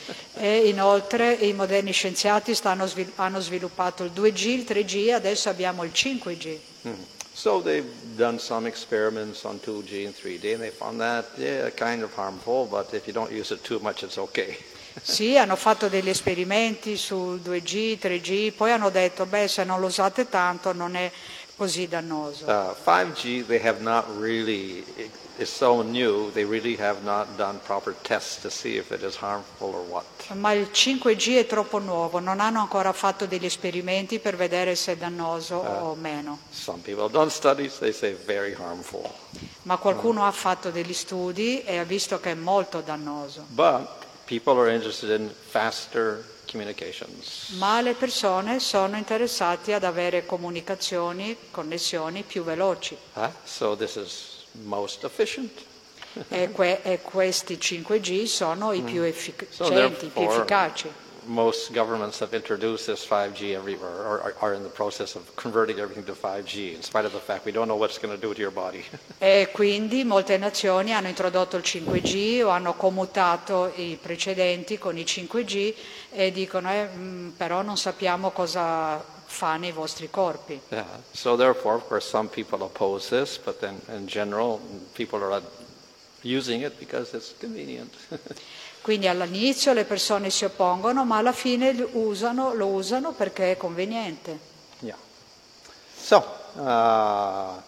E inoltre i moderni scienziati stanno svil- hanno sviluppato il due G, il tre G e adesso abbiamo il cinque G. Hmm. So they've done some experiments on two G and three G, and they found that, yeah, kind of harmful, but if you don't use it too much, it's okay. Sì, hanno fatto degli esperimenti sul due G, tre G, poi hanno detto, beh, se non lo usate tanto non è così dannoso. Uh, five G, they have not really, it, it's so new, they really have not done proper tests to see if it is harmful or what. Ma il cinque G è troppo nuovo, non hanno ancora fatto degli esperimenti per vedere se è dannoso o meno. Some people have done studies, they say very harmful. Ma qualcuno ha fatto degli studi e ha visto che è molto dannoso. But people are interested in faster communications. Ma le persone sono interessate ad avere comunicazioni, connessioni più veloci. Huh? So this is most efficient. E, que- e questi cinque G sono i più efficaci, So i più therefore, efficaci. most governments have introduced this five G everywhere, or are, are in the process of converting everything to five G, in spite of the fact we don't know what it's going to do to your body. E quindi molte nazioni hanno introdotto il cinque G o hanno commutato i precedenti con i cinque G e dicono eh, mh, però non sappiamo cosa fa nei vostri corpi. Yeah. So therefore, of course, some people oppose this, but then in general, people are using it because it's convenient. Quindi all'inizio le persone si oppongono, ma alla fine lo usano, lo usano perché è conveniente. Yeah. So, uh,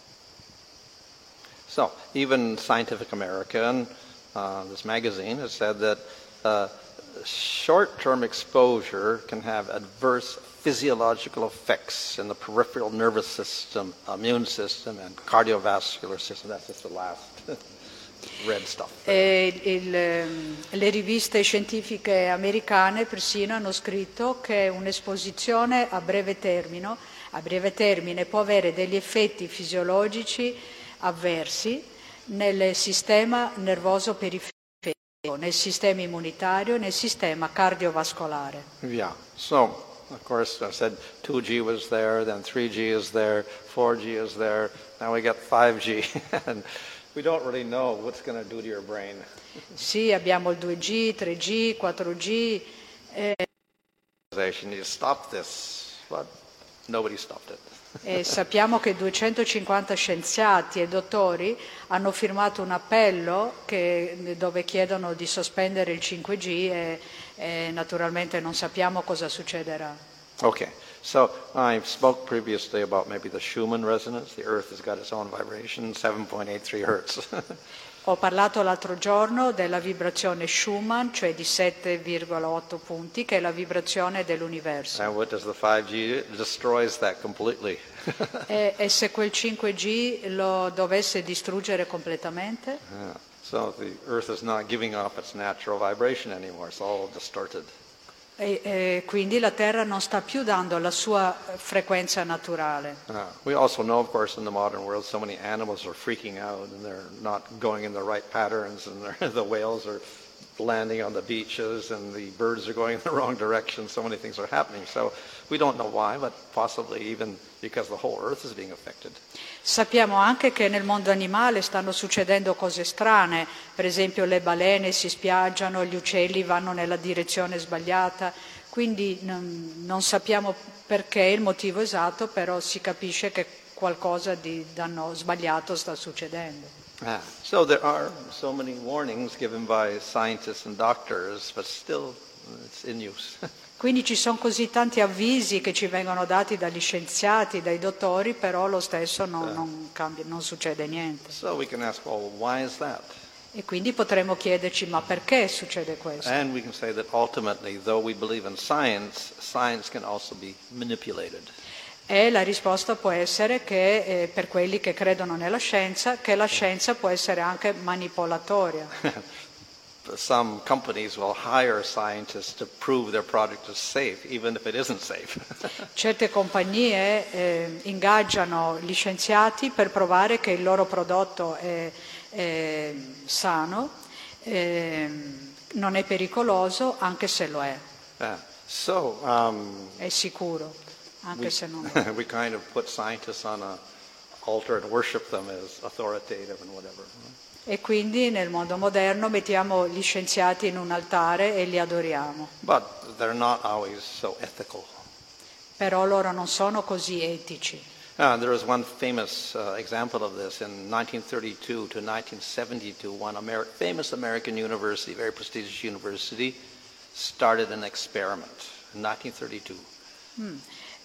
so even Scientific American, uh, this magazine, has said that uh, short-term exposure can have adverse physiological effects in the peripheral nervous system, immune system, and cardiovascular system. That's just the last red stuff. E il, ehm, le riviste scientifiche americane persino hanno scritto che un'esposizione a breve termine, a breve termine può avere degli effetti fisiologici avversi nel sistema nervoso periferico, nel sistema immunitario, nel sistema cardiovascolare. Yeah. So, of course, I said two G was there, then three G is there, four G is there, now we got five G. And we don't really know what's going to do to your brain. Sì, abbiamo il due G, tre G, quattro G. Eh, You stop this, but nobody stopped it. e sappiamo che duecentocinquanta scienziati e dottori hanno firmato un appello che, dove chiedono di sospendere il cinque G e, e naturalmente non sappiamo cosa succederà. Okay, so I spoke previously about maybe the Schumann resonance. The Earth has got its own vibration, seven point eight three hertz. Ho parlato l'altro giorno della vibrazione Schumann, cioè di sette virgola otto punti, che è la vibrazione dell'universo. And what does the five G do? It destroys that completely. E, e se quel cinque G lo dovesse distruggere completamente? Yeah. So the Earth is not giving off its natural vibration anymore. It's all distorted. E, e quindi la Terra non sta più dando la sua frequenza naturale. Uh, we also know, of course, in the modern world, so many animals are freaking out and they're not going in the right patterns, and the whales are landing on the beaches and the birds are going in the wrong direction. So many things are happening. So we don't know why, but possibly even because the whole earth is being affected. Sappiamo anche che nel mondo animale stanno succedendo cose strane, per esempio le balene si spiaggiano, gli uccelli vanno nella direzione sbagliata, quindi non, non sappiamo perché il motivo esatto, però si capisce che qualcosa di danno sbagliato sta succedendo. Ah, so there are so many warnings given by scientists and doctors, but still it's in use. Quindi ci sono così tanti avvisi che ci vengono dati dagli scienziati, dai dottori, però lo stesso non, non cambia, non succede niente. So we can ask, well, why is that? E quindi potremmo chiederci, ma perché succede questo? And we can say that ultimately, though we believe in science, science can also be manipulated. E la risposta può essere che, eh, per quelli che credono nella scienza, che la scienza può essere anche manipolatoria. Some companies will hire scientists to prove their product is safe, even if it isn't safe. Certe compagnie eh, ingaggiano gli scienziati per provare che il loro prodotto è, è sano, eh, non è pericoloso, anche se lo è. Yeah. So, um, È sicuro, anche we, se non lo è. we kind of put scientists on an altar and worship them as authoritative and whatever. E quindi nel mondo moderno mettiamo gli scienziati in un altare e li adoriamo. But they're not always so ethical. Però loro non sono così etici. Uh, there was one famous uh, example of this in nineteen thirty-two to nineteen seventy-two. One Amer- famous American university, very prestigious university, started an experiment in nineteen thirty-two. Mm.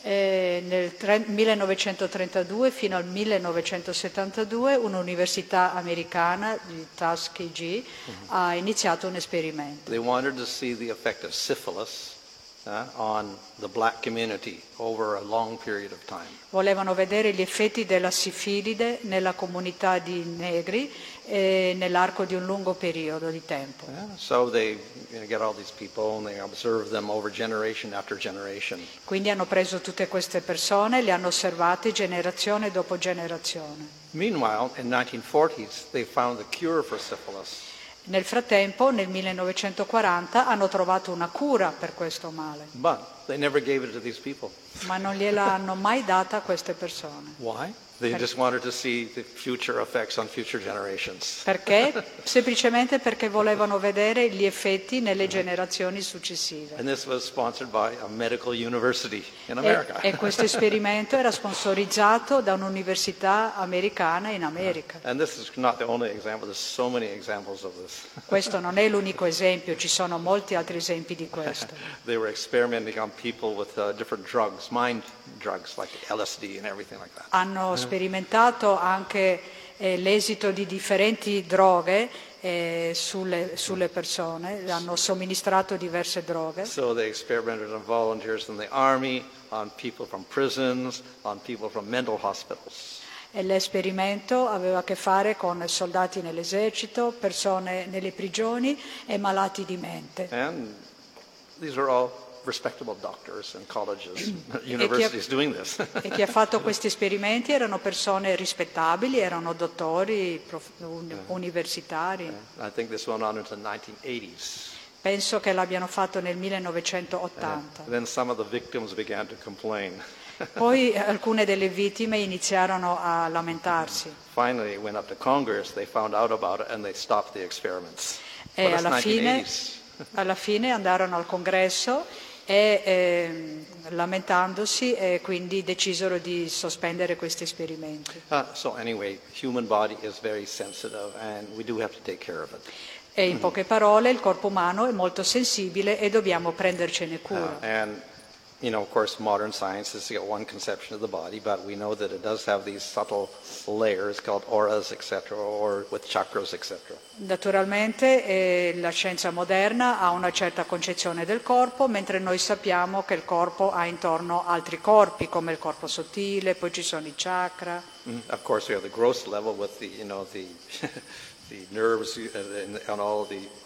E nel tre- millenovecentotrentadue fino al millenovecentosettantadue un'università americana di Tuskegee mm-hmm. ha iniziato un esperimento. They wanted to see the effect of syphilis uh, on the black community over a long period of time. Volevano vedere gli effetti della sifilide nella comunità di negri eh, nell'arco di un lungo periodo di tempo. Yeah, so they you know, get all these people and they observe them over generation after generation. Quindi hanno preso tutte queste persone, le hanno osservate generazione dopo generazione. Meanwhile, in nineteen forties, they found the cure for syphilis. Nel frattempo, nel millenovecentoquaranta, hanno trovato una cura per questo male. But they never gave it to these people. Ma non gliela hanno mai data a queste persone. Why? They just wanted to see the future effects on future generations. Perché? Semplicemente perché volevano vedere gli effetti nelle generazioni successive. And this was sponsored by a medical university in America. E, e questo esperimento era sponsorizzato da un'università americana in America. And this is not the only example. There's so many examples of this. Questo non è l'unico esempio, ci sono molti altri esempi di questo. They were experimenting on people with uh, different drugs, mind drugs like L S D and everything like that. Hanno sperimentato anche eh, l'esito di differenti droghe eh, sulle, sulle persone, hanno somministrato diverse droghe. So they experimented on volunteers in the army, on people from prisons, on people from mental hospitals. E l'esperimento aveva a che fare con soldati nell'esercito, persone nelle prigioni e malati di mente. And these are all respectable doctors and colleges, universities ha, doing this. E chi ha fatto questi esperimenti erano persone rispettabili, erano dottori, prof, un, universitari. Yeah. I think this went on into the nineteen eighties. Penso che l'abbiano fatto nel millenovecentottanta. And then some of the victims began to complain. Poi alcune delle vittime iniziarono a lamentarsi. Finally, it went up to Congress, they found out about it and they stopped the experiments. E alla fine, alla fine andarono al congresso e eh, lamentandosi e quindi decisero di sospendere questi esperimenti. Uh, so anyway, human body is very sensitive and we do have to take care of it. E in poche parole il corpo umano è molto sensibile e dobbiamo prendercene cura. Uh, and you know, of course, modern science has got one conception of the body, but we know that it does have these subtle layers called auras, et cetera, or with chakras, et cetera. Naturalmente eh, la scienza moderna ha una certa concezione del corpo, mentre noi sappiamo che il corpo ha intorno altri corpi, come il corpo sottile, poi ci sono i chakra. Mm, of course, we have the gross level with the, you know, the the nerves and, and all the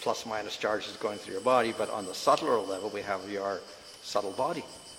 plus minus charges going through your body, but on the subtler level we have your subtle body.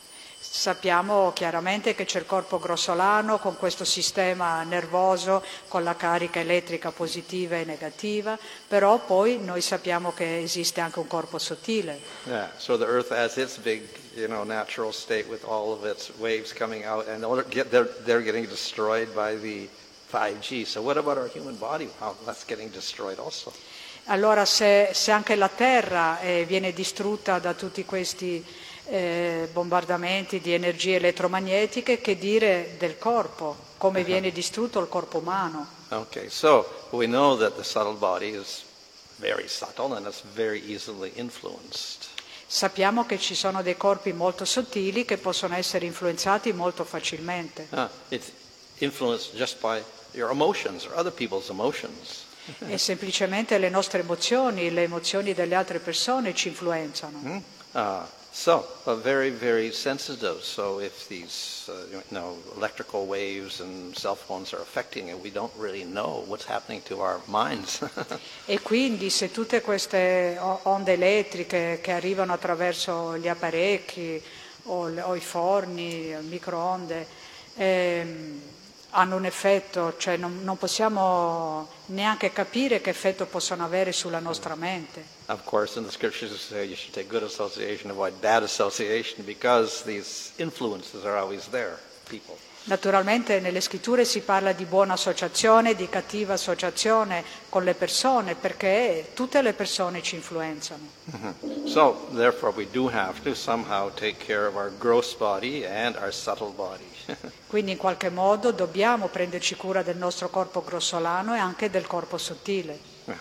Sappiamo chiaramente che c'è il corpo grossolano con questo sistema nervoso, con la carica elettrica positiva e negativa, però poi noi sappiamo che esiste anche un corpo sottile. Yeah, so the Earth has its big, you know, natural state with all of its waves coming out, and they're, they're getting destroyed by the five G. So what about our human body? How that's getting destroyed also. Allora se, se anche la Terra eh, viene distrutta da tutti questi Eh, bombardamenti di energie elettromagnetiche, che dire del corpo, come viene distrutto il corpo umano. Okay, so we know that the subtle body is very subtle and it's very easily influenced. Sappiamo che ci sono dei corpi molto sottili che possono essere influenzati molto facilmente. Uh, it's influenced just by your emotions or other people's emotions. E semplicemente le nostre emozioni, le emozioni delle altre persone ci influenzano. Mm? Uh, So, uh, very, very sensitive. So if these, uh, you know, electrical waves and cell phones are affecting it, we don't really know what's happening to our minds. E quindi se tutte queste onde elettriche che arrivano attraverso gli apparecchi o, le, o i forni, il microonde, ehm, hanno un effetto, cioè non, non possiamo neanche capire che effetto possono avere sulla nostra mente. Of course, in the scriptures it says you should take good association, avoid bad association, because these influences are always there, people. Naturalmente nelle scritture si parla di buona associazione, di cattiva associazione con le persone, perché tutte le persone ci influenzano. Mm-hmm. So, therefore, we do have to somehow take care of our gross body and our subtle body. Quindi in qualche modo dobbiamo prenderci cura del nostro corpo grossolano e anche del corpo sottile. Yeah.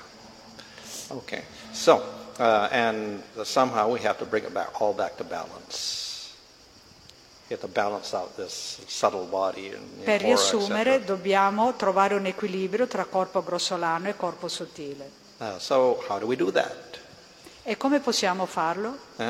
Okay. So, uh, and somehow we have to bring it back, all back to balance. You have to balance out this subtle body and, you know, Per riassumere, aura, dobbiamo trovare un equilibrio tra corpo grossolano e corpo sottile. Uh, so, how do we do that? E come possiamo farlo? Eh?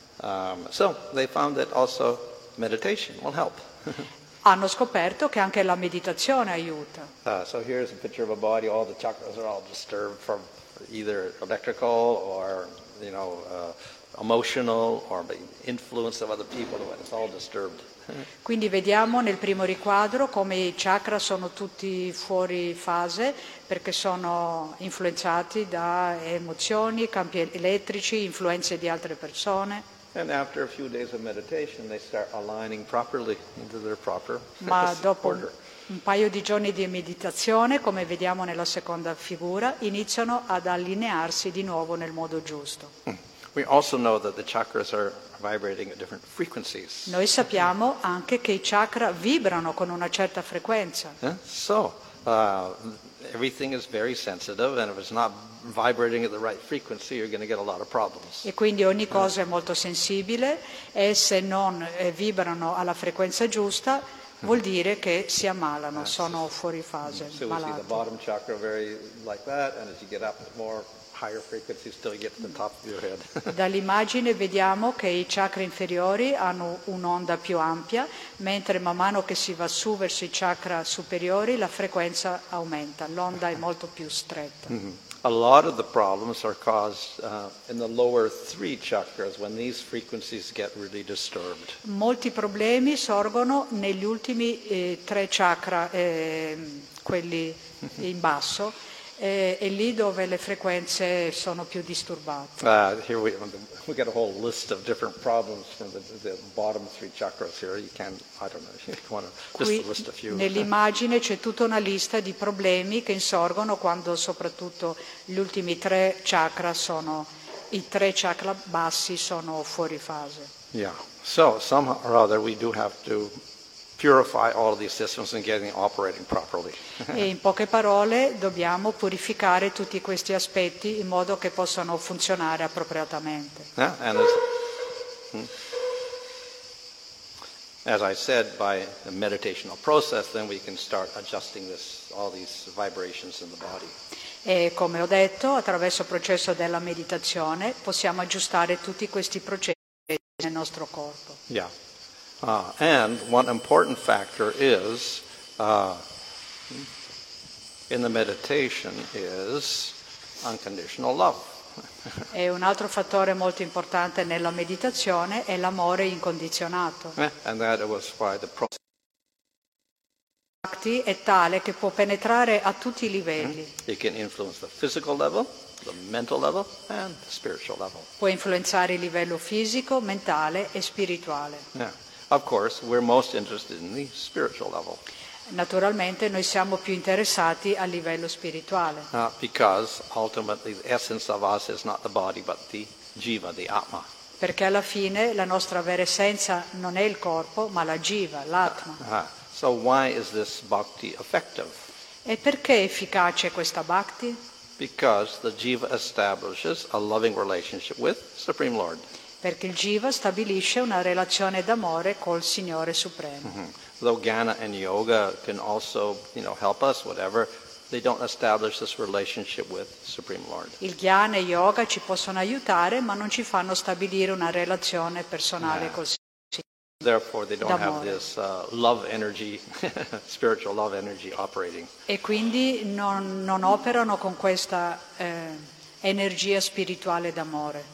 Um, so, they found that also meditation will help. Hanno scoperto che anche la meditazione aiuta. Uh, so here's a picture of a body, all the chakras are all disturbed from either electrical or, you know, uh, emotional or the influence of other people, it's all disturbed. Quindi vediamo nel primo riquadro come i chakra sono tutti fuori fase perché sono influenzati da emozioni, campi elettrici, influenze di altre persone. And after a few days of meditation they start aligning properly into their proper Ma dopo order. un paio di giorni di meditazione, come vediamo nella seconda figura, iniziano ad allinearsi di nuovo nel modo giusto. We also know that the chakras are vibrating at different frequencies. Noi sappiamo anche che i chakra vibrano con una certa frequenza. Yeah? So, uh, everything is very sensitive, and if it's not vibrating at the right frequency, you're going to get a lot of problems. E quindi ogni cosa è molto sensibile e se non eh, vibrano alla frequenza giusta vuol dire che si ammalano, sono fuori fase, So we see the malati. bottom chakra very like that, and as you get up more higher frequencies till you get to the top of your head. Dall'immagine vediamo che i chakra inferiori hanno un'onda più ampia, mentre man mano che si va su verso i chakra superiori la frequenza aumenta, l'onda è molto più stretta. Mm-hmm. A lot of the problems are caused uh, in the lower three chakras when these frequencies get really disturbed. Molti problemi sorgono negli ultimi eh, tre chakra, eh, quelli in basso, eh, è lì dove le frequenze sono più disturbate. Uh, here we we got a whole list of different problems from the, the bottom three chakras here. You can, I don't know, you want to just Qui list a few. nell'immagine c'è tutta una lista di problemi che insorgono quando soprattutto gli ultimi tre chakra sono, i tre chakra bassi sono fuori fase. Yeah. So somehow or other we do have to purify all of these systems and get them operating properly. E in poche parole dobbiamo purificare tutti questi aspetti in modo che possano funzionare appropriatamente. Yeah? And as, hmm? as I said, by the meditational process, then we can start adjusting this, all these vibrations in the body. E come ho detto, attraverso il processo della meditazione possiamo aggiustare tutti questi processi nel nostro corpo. Yeah. Uh, and one important factor is, uh, in the meditation, is unconditional love. E un altro fattore molto importante nella meditazione è l'amore incondizionato. Eh, And that was why the process Bhakti è tale che può penetrare a tutti i livelli. it can influence the physical level, the mental level, and the spiritual level. Può influenzare il livello fisico, mentale e spirituale. Yeah. Of course, we're most interested in the spiritual level Naturalmente noi siamo più interessati a livello spirituale, uh, because ultimately the essence of us is not the body but the jiva, the atma. perché alla fine la nostra vera essenza non è il corpo, ma la jiva, l'atma. Uh, so why is this bhakti effective? E perché è efficace questa bhakti? Because the jiva establishes a loving relationship with Supreme Lord. Perché il jiva stabilisce una relazione d'amore col Signore Supremo. Mm-hmm. Though jnana and yoga can also, you know, help us, whatever, they don't establish this relationship with Supreme Lord. Il jnana e yoga ci possono aiutare, ma non ci fanno stabilire una relazione personale col Signore. Therefore, they don't have D'amore. this uh, love energy, spiritual love energy operating. E quindi non, non operano con questa eh, energia spirituale d'amore.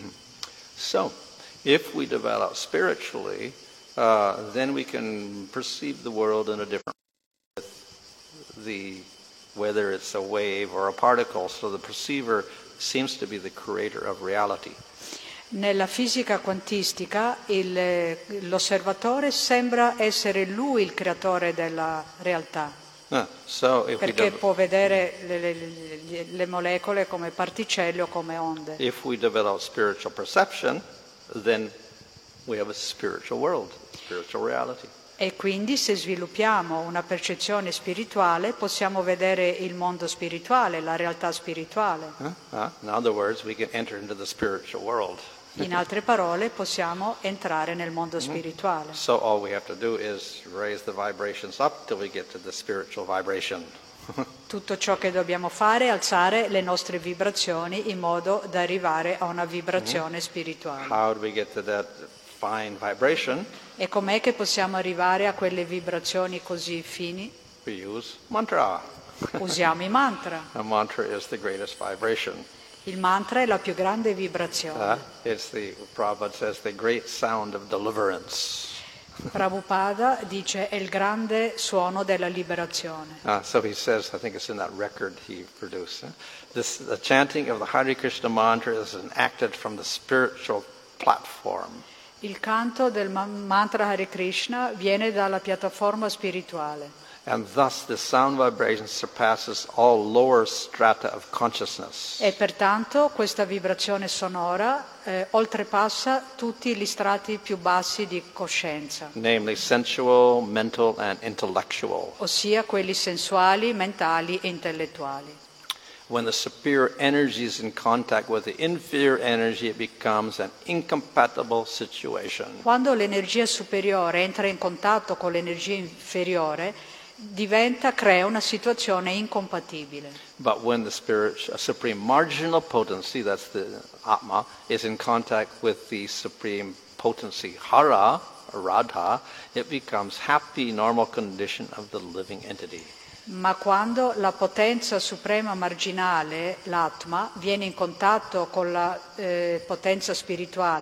So, if we develop spiritually, uh, then we can perceive the world in a different way, with the, whether it's a wave or a particle. So the perceiver seems to be the creator of reality. Nella fisica quantistica il- l'osservatore sembra essere lui il creatore della realtà, Uh, so if we, perché dev- può vedere le, le- le- le molecole come particelle o come onde. if we develop spiritual perception, then we have a spiritual world, spiritual reality. E quindi se sviluppiamo una percezione spirituale possiamo vedere il mondo spirituale, la realtà spirituale. Uh, uh, in other words, we can enter into the spiritual world. In altre parole possiamo entrare nel mondo spirituale. So all we have to do is raise the vibrations up till we get to the spiritual vibration. Tutto ciò che dobbiamo fare è alzare le nostre vibrazioni in modo da arrivare a una vibrazione spirituale. How do we get to that fine vibration? E com'è che possiamo arrivare a quelle vibrazioni così fini? We use mantra. Usiamo i mantra. A mantra is the greatest vibration. Il mantra è la più grande vibrazione. Uh, it's the, Prabhupada says, the great sound of deliverance. Prabhupada dice è il grande suono della liberazione. Uh, so he says, I think it's in that record he produced, uh, this, the chanting of the Hare Krishna mantra is enacted from the spiritual platform. Il canto del ma- mantra Hare Krishna viene dalla piattaforma spirituale. And thus the sound vibration surpasses all lower strata of consciousness. E pertanto questa vibrazione sonora eh, oltrepassa tutti gli strati più bassi di coscienza, Namely sensual, mental, and intellectual. ossia quelli sensuali, mentali e intellettuali. When the superior energy is in contact with the inferior energy, it becomes an incompatible situation. Quando l'energia superiore entra in contatto con l'energia inferiore, diventa, crea una situazione incompatibile. But when the spirit, a supreme marginal potency, that's the Atma, is in contact with the supreme potency, Hara, or Radha, it becomes happy, normal condition of the living entity. Ma quando la potenza suprema marginale, l'Atma, viene in contatto con la eh, potenza spirituale,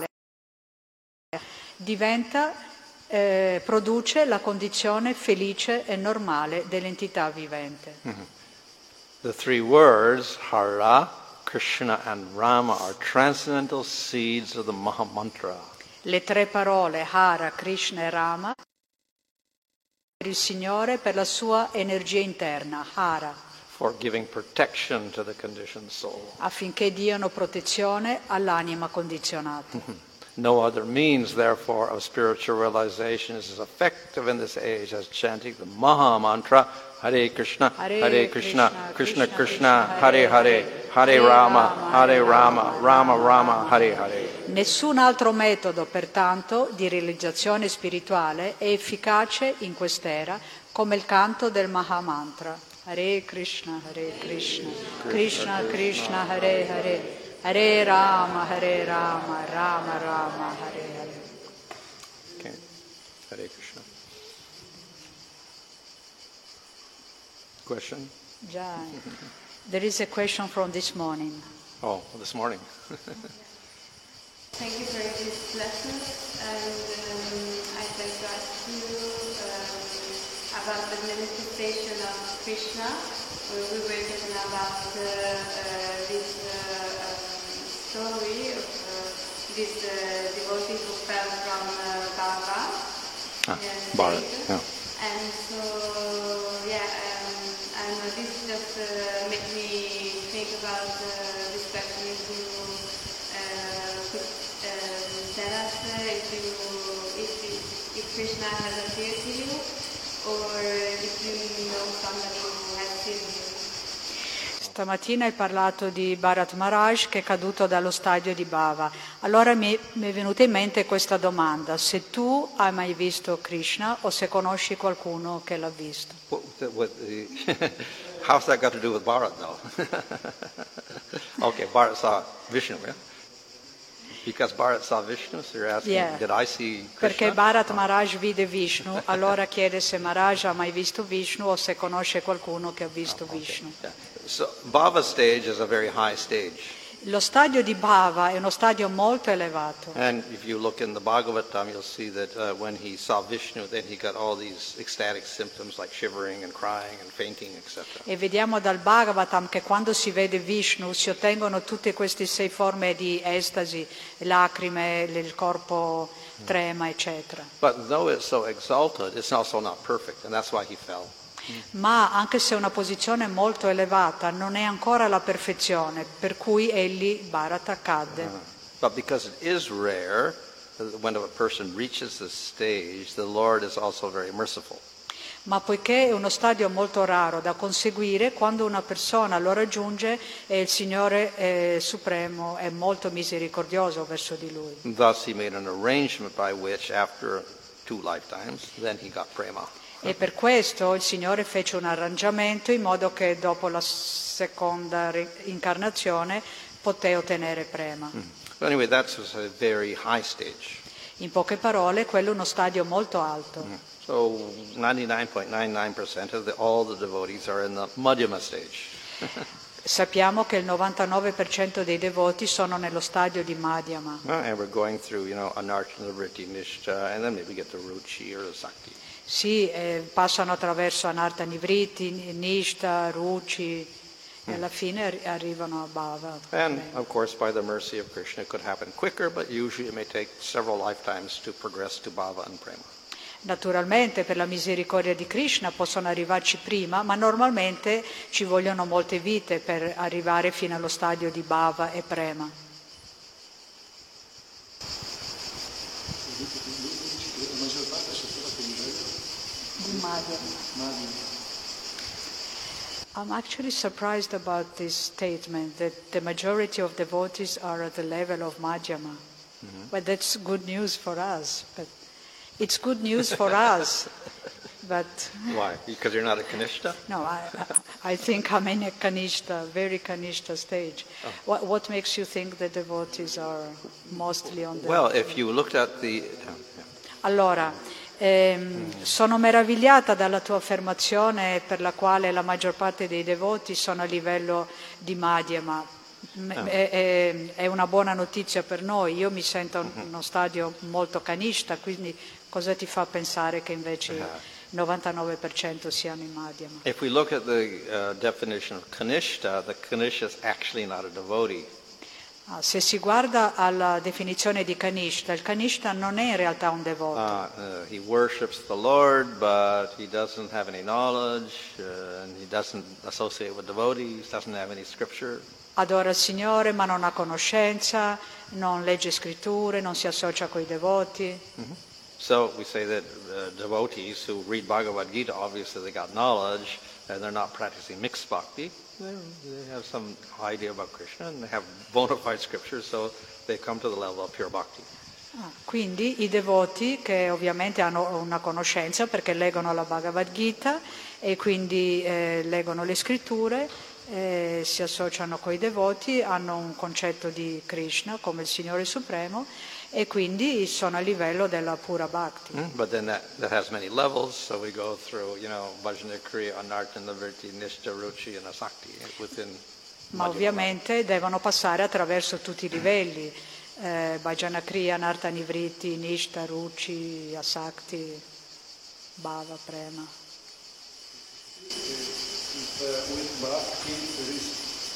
diventa, eh, produce la condizione felice e normale dell'entità vivente. The three words, Hara, Krishna, and Rama, are transcendental seeds of the Maha Mantra. Le tre parole Hara, Krishna e Rama per il Signore per la sua energia interna, Hara, For giving protection to the conditioned soul. affinché diano protezione all'anima condizionata. No other means, therefore, of spiritual realization is as effective in this age as chanting the Maha Mantra, Hare Krishna, Hare Hare Krishna, Krishna, Krishna Krishna Krishna, Krishna, Hare Hare Hare, Hare Rama, Hare Rama, Rama Rama, Hare Hare. Nessun altro metodo, pertanto, di realizzazione spirituale è efficace in quest'era come il canto del Mahamantra. Hare Krishna, Hare Krishna, Krishna Krishna, Hare Hare, Hare Rama, Hare Rama, Rama Rama, Hare Hare. Okay. Hare Krishna. Question? Già. There is a question from this morning. Oh, this morning. Thank you for this lesson, and um, I'd like to ask you um, about the manifestation of Krishna. Uh, we were talking about uh, uh, this uh, um, story of uh, this uh, devotee who fell from uh, Baba. Ah, uh, Bharat, stage. yeah. And so, yeah, um, I don't know, this just uh, made me think about uh, this question. If you uh, could um, tell us uh, if, you, if, if Krishna has appeared to you, or if you know somebody who has seen him. Stamattina hai parlato di Bharat Maharaj che è caduto dallo stadio di Bhava. Allora mi, mi è venuta in mente questa domanda: se tu hai mai visto Krishna o se conosci qualcuno che l'ha visto. What, what, the, how's that got to do with Bharat, though? Okay, Bharat saw Vishnu, yeah? Because Bharat saw Vishnu, so you're asking, Yeah. did I see Krishna? Perché Bharat Maharaj vide Vishnu, allora chiede se Maharaj ha mai visto Vishnu o se conosce qualcuno che ha visto Okay, Vishnu. yeah. So Bhava stage is a very high stage. Lo stadio di Bhava è uno stadio molto elevato. And if you look in the Bhagavatam, you'll see that uh, when he saw Vishnu, then he got all these ecstatic symptoms like shivering and crying and fainting, et cetera. E vediamo dal Bhagavatam che quando si vede Vishnu si ottengono tutte queste sei forme di estasi, lacrime, il corpo trema, eccetera. But though it's so exalted, it's also not perfect, and that's why he fell. Ma anche se è una posizione molto elevata, non è ancora la perfezione, per cui egli, Bharata, cadde. But because it is rare, when a person reaches this stage, the Lord is also very merciful. Ma poiché è uno stadio molto raro da conseguire, quando una persona lo raggiunge, eh, il Signore eh, Supremo è molto misericordioso verso di lui. Thus he made an arrangement by which, after two lifetimes, then he got prema. E per questo il Signore fece un arrangiamento in modo che dopo la seconda incarnazione poté ottenere prema. But anyway, that's a very high stage. In poche parole, quello è uno stadio molto alto. So ninety-nine point nine nine percent of the, all the devotees are in the Madhyama stage. Sappiamo che il novantanove per cento dei devoti sono nello stadio di Madhyama. Uh, and we're going through, you know, Anartha, Vritti, Nishta, and then maybe get to Ruchi or Sakti. Sì, eh, passano attraverso Anartha Nivritti, Nishta, Ruchi e alla fine arri- arrivano a Bhava. And of course, by the mercy of Krishna, it could happen quicker, but usually it may take several lifetimes to progress to Bhava and Prema. Naturalmente per la misericordia di Krishna possono arrivarci prima, ma normalmente ci vogliono molte vite per arrivare fino allo stadio di Bhava e Prema. Di Madhyama. I'm actually surprised about this statement that the majority of devotees are at the level of Madhyama. Mm-hmm. But that's good news for us. But it's good news for us. But Why? Because you're not a Kanishta? no, I, I think I'm in a Kanishta, very Kanishta stage. Oh. What, what makes you think the devotees are mostly on the... Well, if you looked at the... Allora, ehm, sono meravigliata dalla tua affermazione per la quale la maggior parte dei devoti sono a livello di Madhyama. M- Ah. è, è, è una buona notizia per noi. Io mi sento in uno stadio molto Kanishta, quindi cosa ti fa pensare che invece il novantanove per cento siano in Madhyama? If we look at the uh, definition of Kanishta, the Kanishta is actually not a devotee. Ah, se si guarda alla definizione di Kanishta, il Kanishta non è in realtà un devoto. Uh, uh, he worships the Lord, but he doesn't have any knowledge, uh, and he doesn't associate with devotees, doesn't have any scripture. Adora il Signore ma non ha conoscenza, non legge scritture, non si associa coi devoti. Mm-hmm. So we say that uh, devotees who read Bhagavad Gita, obviously they got knowledge, and they're not practicing mixed bhakti. They're, they have some idea about Krishna, and they have bona fide scriptures, so they come to the level of pure bhakti. Ah, quindi i devoti che ovviamente hanno una conoscenza perché leggono la Bhagavad Gita e quindi eh, leggono le scritture, eh, si associano coi devoti, hanno un concetto di Krishna come il Signore Supremo e quindi sono a livello della pura bhakti. Mm, but then that, that has many levels, so we go through, you know, Bhajana Kriya, Anartha, Nivritti, Nishta, Ruchi, and Asakti within ma ovviamente devono passare attraverso tutti i livelli, eh, Bhajana Kriya, Nartanivriti, Nishta, Ruchi, Asakti, Bhava, Prema. If, uh, with Bhakti there is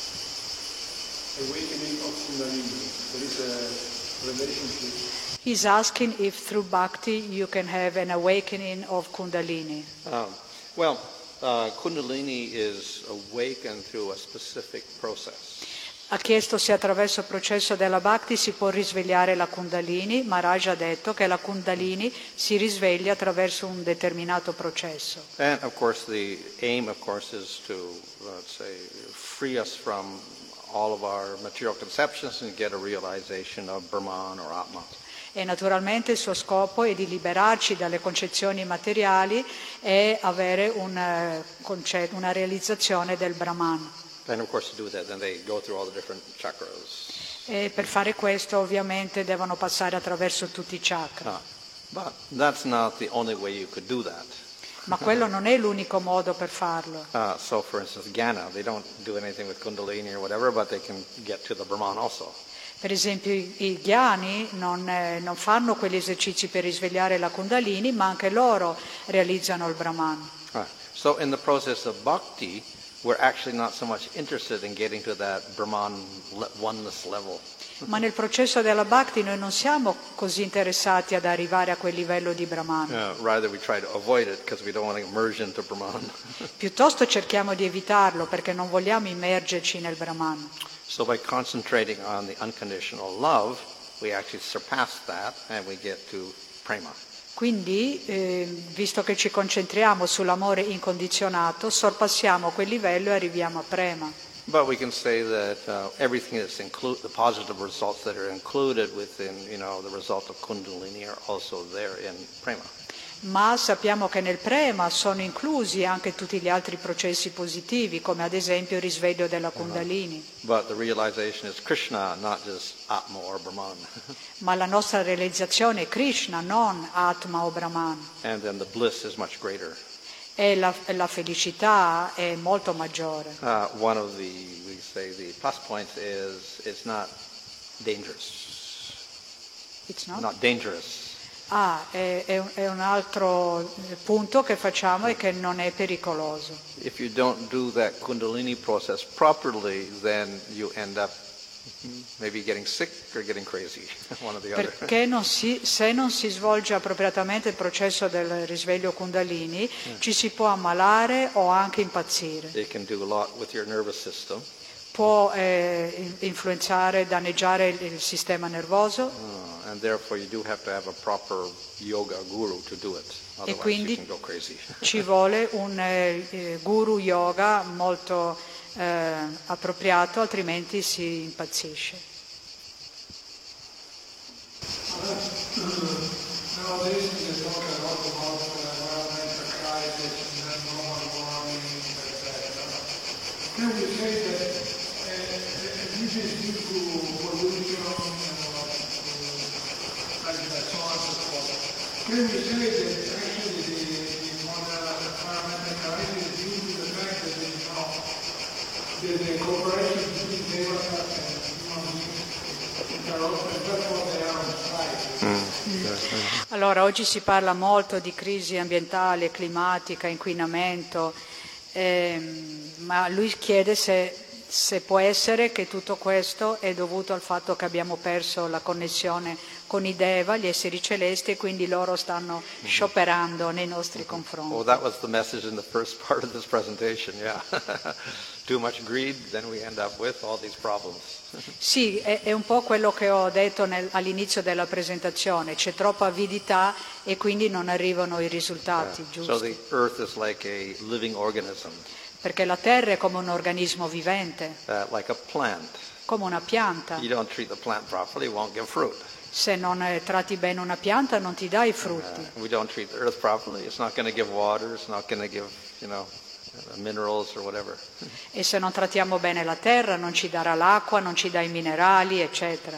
awakening of Kundalini, there is a relationship. He's asking if through Bhakti you can have an awakening of Kundalini. Um, well, uh, Kundalini is awakened through a specific process. Ha chiesto se attraverso il processo della Bhakti si può risvegliare la Kundalini. Maharaj ha detto che la Kundalini si risveglia attraverso un determinato processo. And of course the aim of course is to, let's say, free us from all of our material conceptions and get a realization of Brahman or Atma. E naturalmente il suo scopo è di liberarci dalle concezioni materiali e avere un, concetto, una realizzazione del Brahman. And of course to do that then they go through all the different chakras. E per fare questo ovviamente devono passare attraverso tutti i chakra. Ah, but that's not the only way you could do that. Ma quello non è l'unico modo per farlo. Uh, so for instance, Jnana, they don't do anything with Kundalini or whatever, but they can get to the Brahman also. Per esempio i, i ghiani non, eh, non fanno quegli esercizi per risvegliare la Kundalini, ma anche loro realizzano il Brahman. Right. So in the process of bhakti, we're actually not so much interested in getting to that Brahman le- oneness level. Ma nel processo della Bhakti noi non siamo così interessati ad arrivare a quel livello di Brahman. Uh, rather we try to avoid it because we don't want to merge into Brahman. Piuttosto cerchiamo di evitarlo perché non vogliamo immergerci nel Brahman. So by concentrating on the unconditional love, we actually surpass that and we get to prema. Quindi, eh, visto che ci concentriamo sull'amore incondizionato, sorpassiamo quel livello e arriviamo a prema. But we can say that uh, everything that's included, the positive results that are included within, you know, the result of Kundalini are also there in prema. Ma sappiamo che nel prema sono inclusi anche tutti gli altri processi positivi, come ad esempio il risveglio della Kundalini. But the realization is Krishna, not just Atma or Brahman. Ma la nostra realizzazione è Krishna, non Atma o Brahman. And then the bliss is much greater. E la, la felicità è molto maggiore. Uh, one of the, we say, the plus points is it's not dangerous. It's not? Not dangerous. Ah, è, è, un, è un altro punto che facciamo è che non è pericoloso. If you don't do that Kundalini process properly, then you end up maybe getting sick or getting crazy, one or the other. Perché non si, se non si svolge appropriatamente il processo del risveglio Kundalini, mm. ci si può ammalare o anche impazzire. It can do a lot with your nervous system. Può eh, influenzare, danneggiare il, il sistema nervoso. Uh, and therefore you do have to have a proper yoga guru to do it. Otherwise e quindi you can go crazy. Ci vuole un eh, guru yoga molto eh, appropriato, altrimenti si impazzisce. Nowadays they talk a lot about environmental crisis and global warming, et cetera. Can we say that uh, this is due to pollution, uh, like that, so on and so forth? Can we say that actually the, the modern environmental crisis is due to the fact that there is no the, the cooperation between Devata and human beings, and therefore they are on strike? Allora, oggi si parla molto di crisi ambientale, climatica, inquinamento, ehm, ma lui chiede se, se può essere che tutto questo è dovuto al fatto che abbiamo perso la connessione con i Deva, gli esseri celesti, e quindi loro stanno scioperando nei nostri confronti. Oh, that was the message in the first part of this presentation, yeah. Too much greed, then we end up with all these problems. Sì, è, è un po' quello che ho detto nel, all'inizio della presentazione, c'è troppa avidità e quindi non arrivano i risultati Yeah. giusti. So the earth is like a living organism, Perché la terra è come un organismo vivente, uh, like a plant. come una pianta. You don't treat the plant properly, it won't give fruit. Se non eh, tratti bene una pianta non ti dà i frutti. Uh, we don't treat the earth properly, it's not going to give water, it's not going to give, you know, uh, minerals or whatever. E se non trattiamo bene la terra non ci darà l'acqua, non ci dà i minerali, eccetera.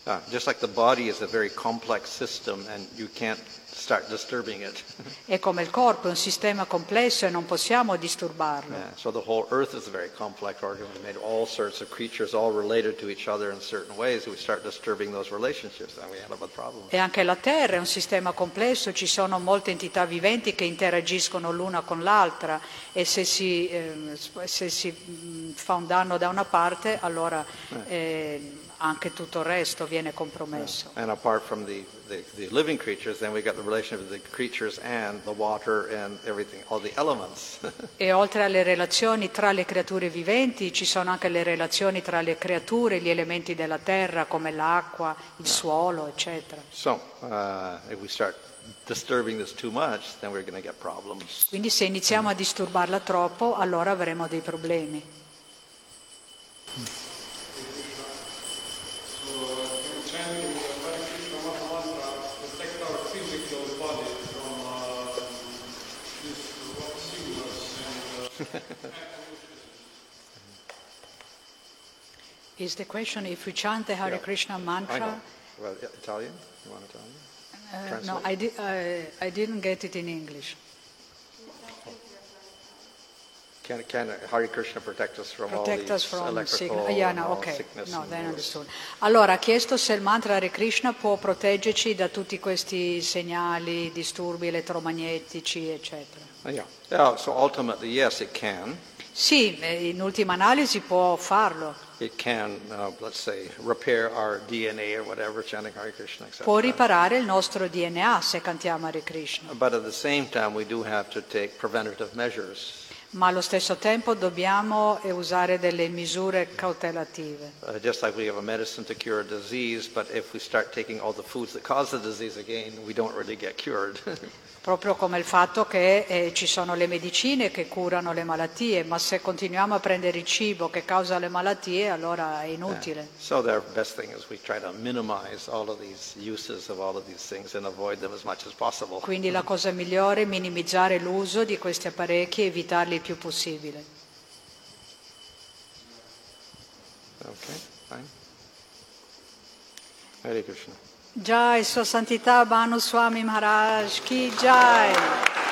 Uh, just like the body is a very complex system and you can't start disturbing it. È come il corpo, è un sistema complesso e non possiamo disturbarlo. Yeah, so the whole earth is a very complex organ. We made all sorts of creatures all related to each other in certain ways. We start disturbing those relationships and we end up with problems. E anche la Terra è un sistema complesso, ci sono molte entità viventi che interagiscono l'una con l'altra e se si, eh, se si mh, fa un danno da una parte, allora eh, anche tutto il resto viene compromesso. And apart from the, the, the living creatures, then we got the relationship with the creatures and the water and everything, all the elements. E oltre alle relazioni tra le creature viventi ci sono anche le relazioni tra le creature, gli elementi della terra come l'acqua, il suolo, eccetera. So, uh, if we start disturbing this too much, then we're going to get problems. Quindi se iniziamo a disturbarla troppo, allora avremo dei problemi. Is the question if we chant the Hare Yeah. Krishna I know. mantra? Well, Italian? You want Italian? Uh, no, Translate. I, di- uh, I didn't get it in English. Can, can Hare Krishna protect us from Protect all us these from electrical sickness. Yeah, and no, all okay. sickness No, and then all understood. this? Allora, ha chiesto se il mantra Hare Krishna può proteggerci da tutti questi segnali, disturbi elettromagnetici, eccetera. Oh, yeah. Yeah, so ultimately, yes, it can. Sì, eh, in ultima analisi può farlo. It can, uh, let's say, repair our D N A or whatever, chanting Hare Krishna, et cetera. Può riparare il nostro D N A se cantiamo Hare Krishna. But at the same time, we do have to take preventative measures. Ma allo stesso tempo dobbiamo eh, usare delle misure cautelative. Uh, just like we have a medicine to cure a disease, but if we start taking all the foods that cause the disease again, we don't really get cured. Proprio come il fatto che eh, ci sono le medicine che curano le malattie, ma se continuiamo a prendere il cibo che causa le malattie, allora è inutile. So the best thing is we try to minimize all of these uses of all of these things and avoid them as much as possible. Quindi la cosa migliore è minimizzare l'uso di questi apparecchi e evitarli il più possibile. Okay, fine. Hare Krishna. Jai Sua Santità Bhanu Swami Maharaj Ki Jai.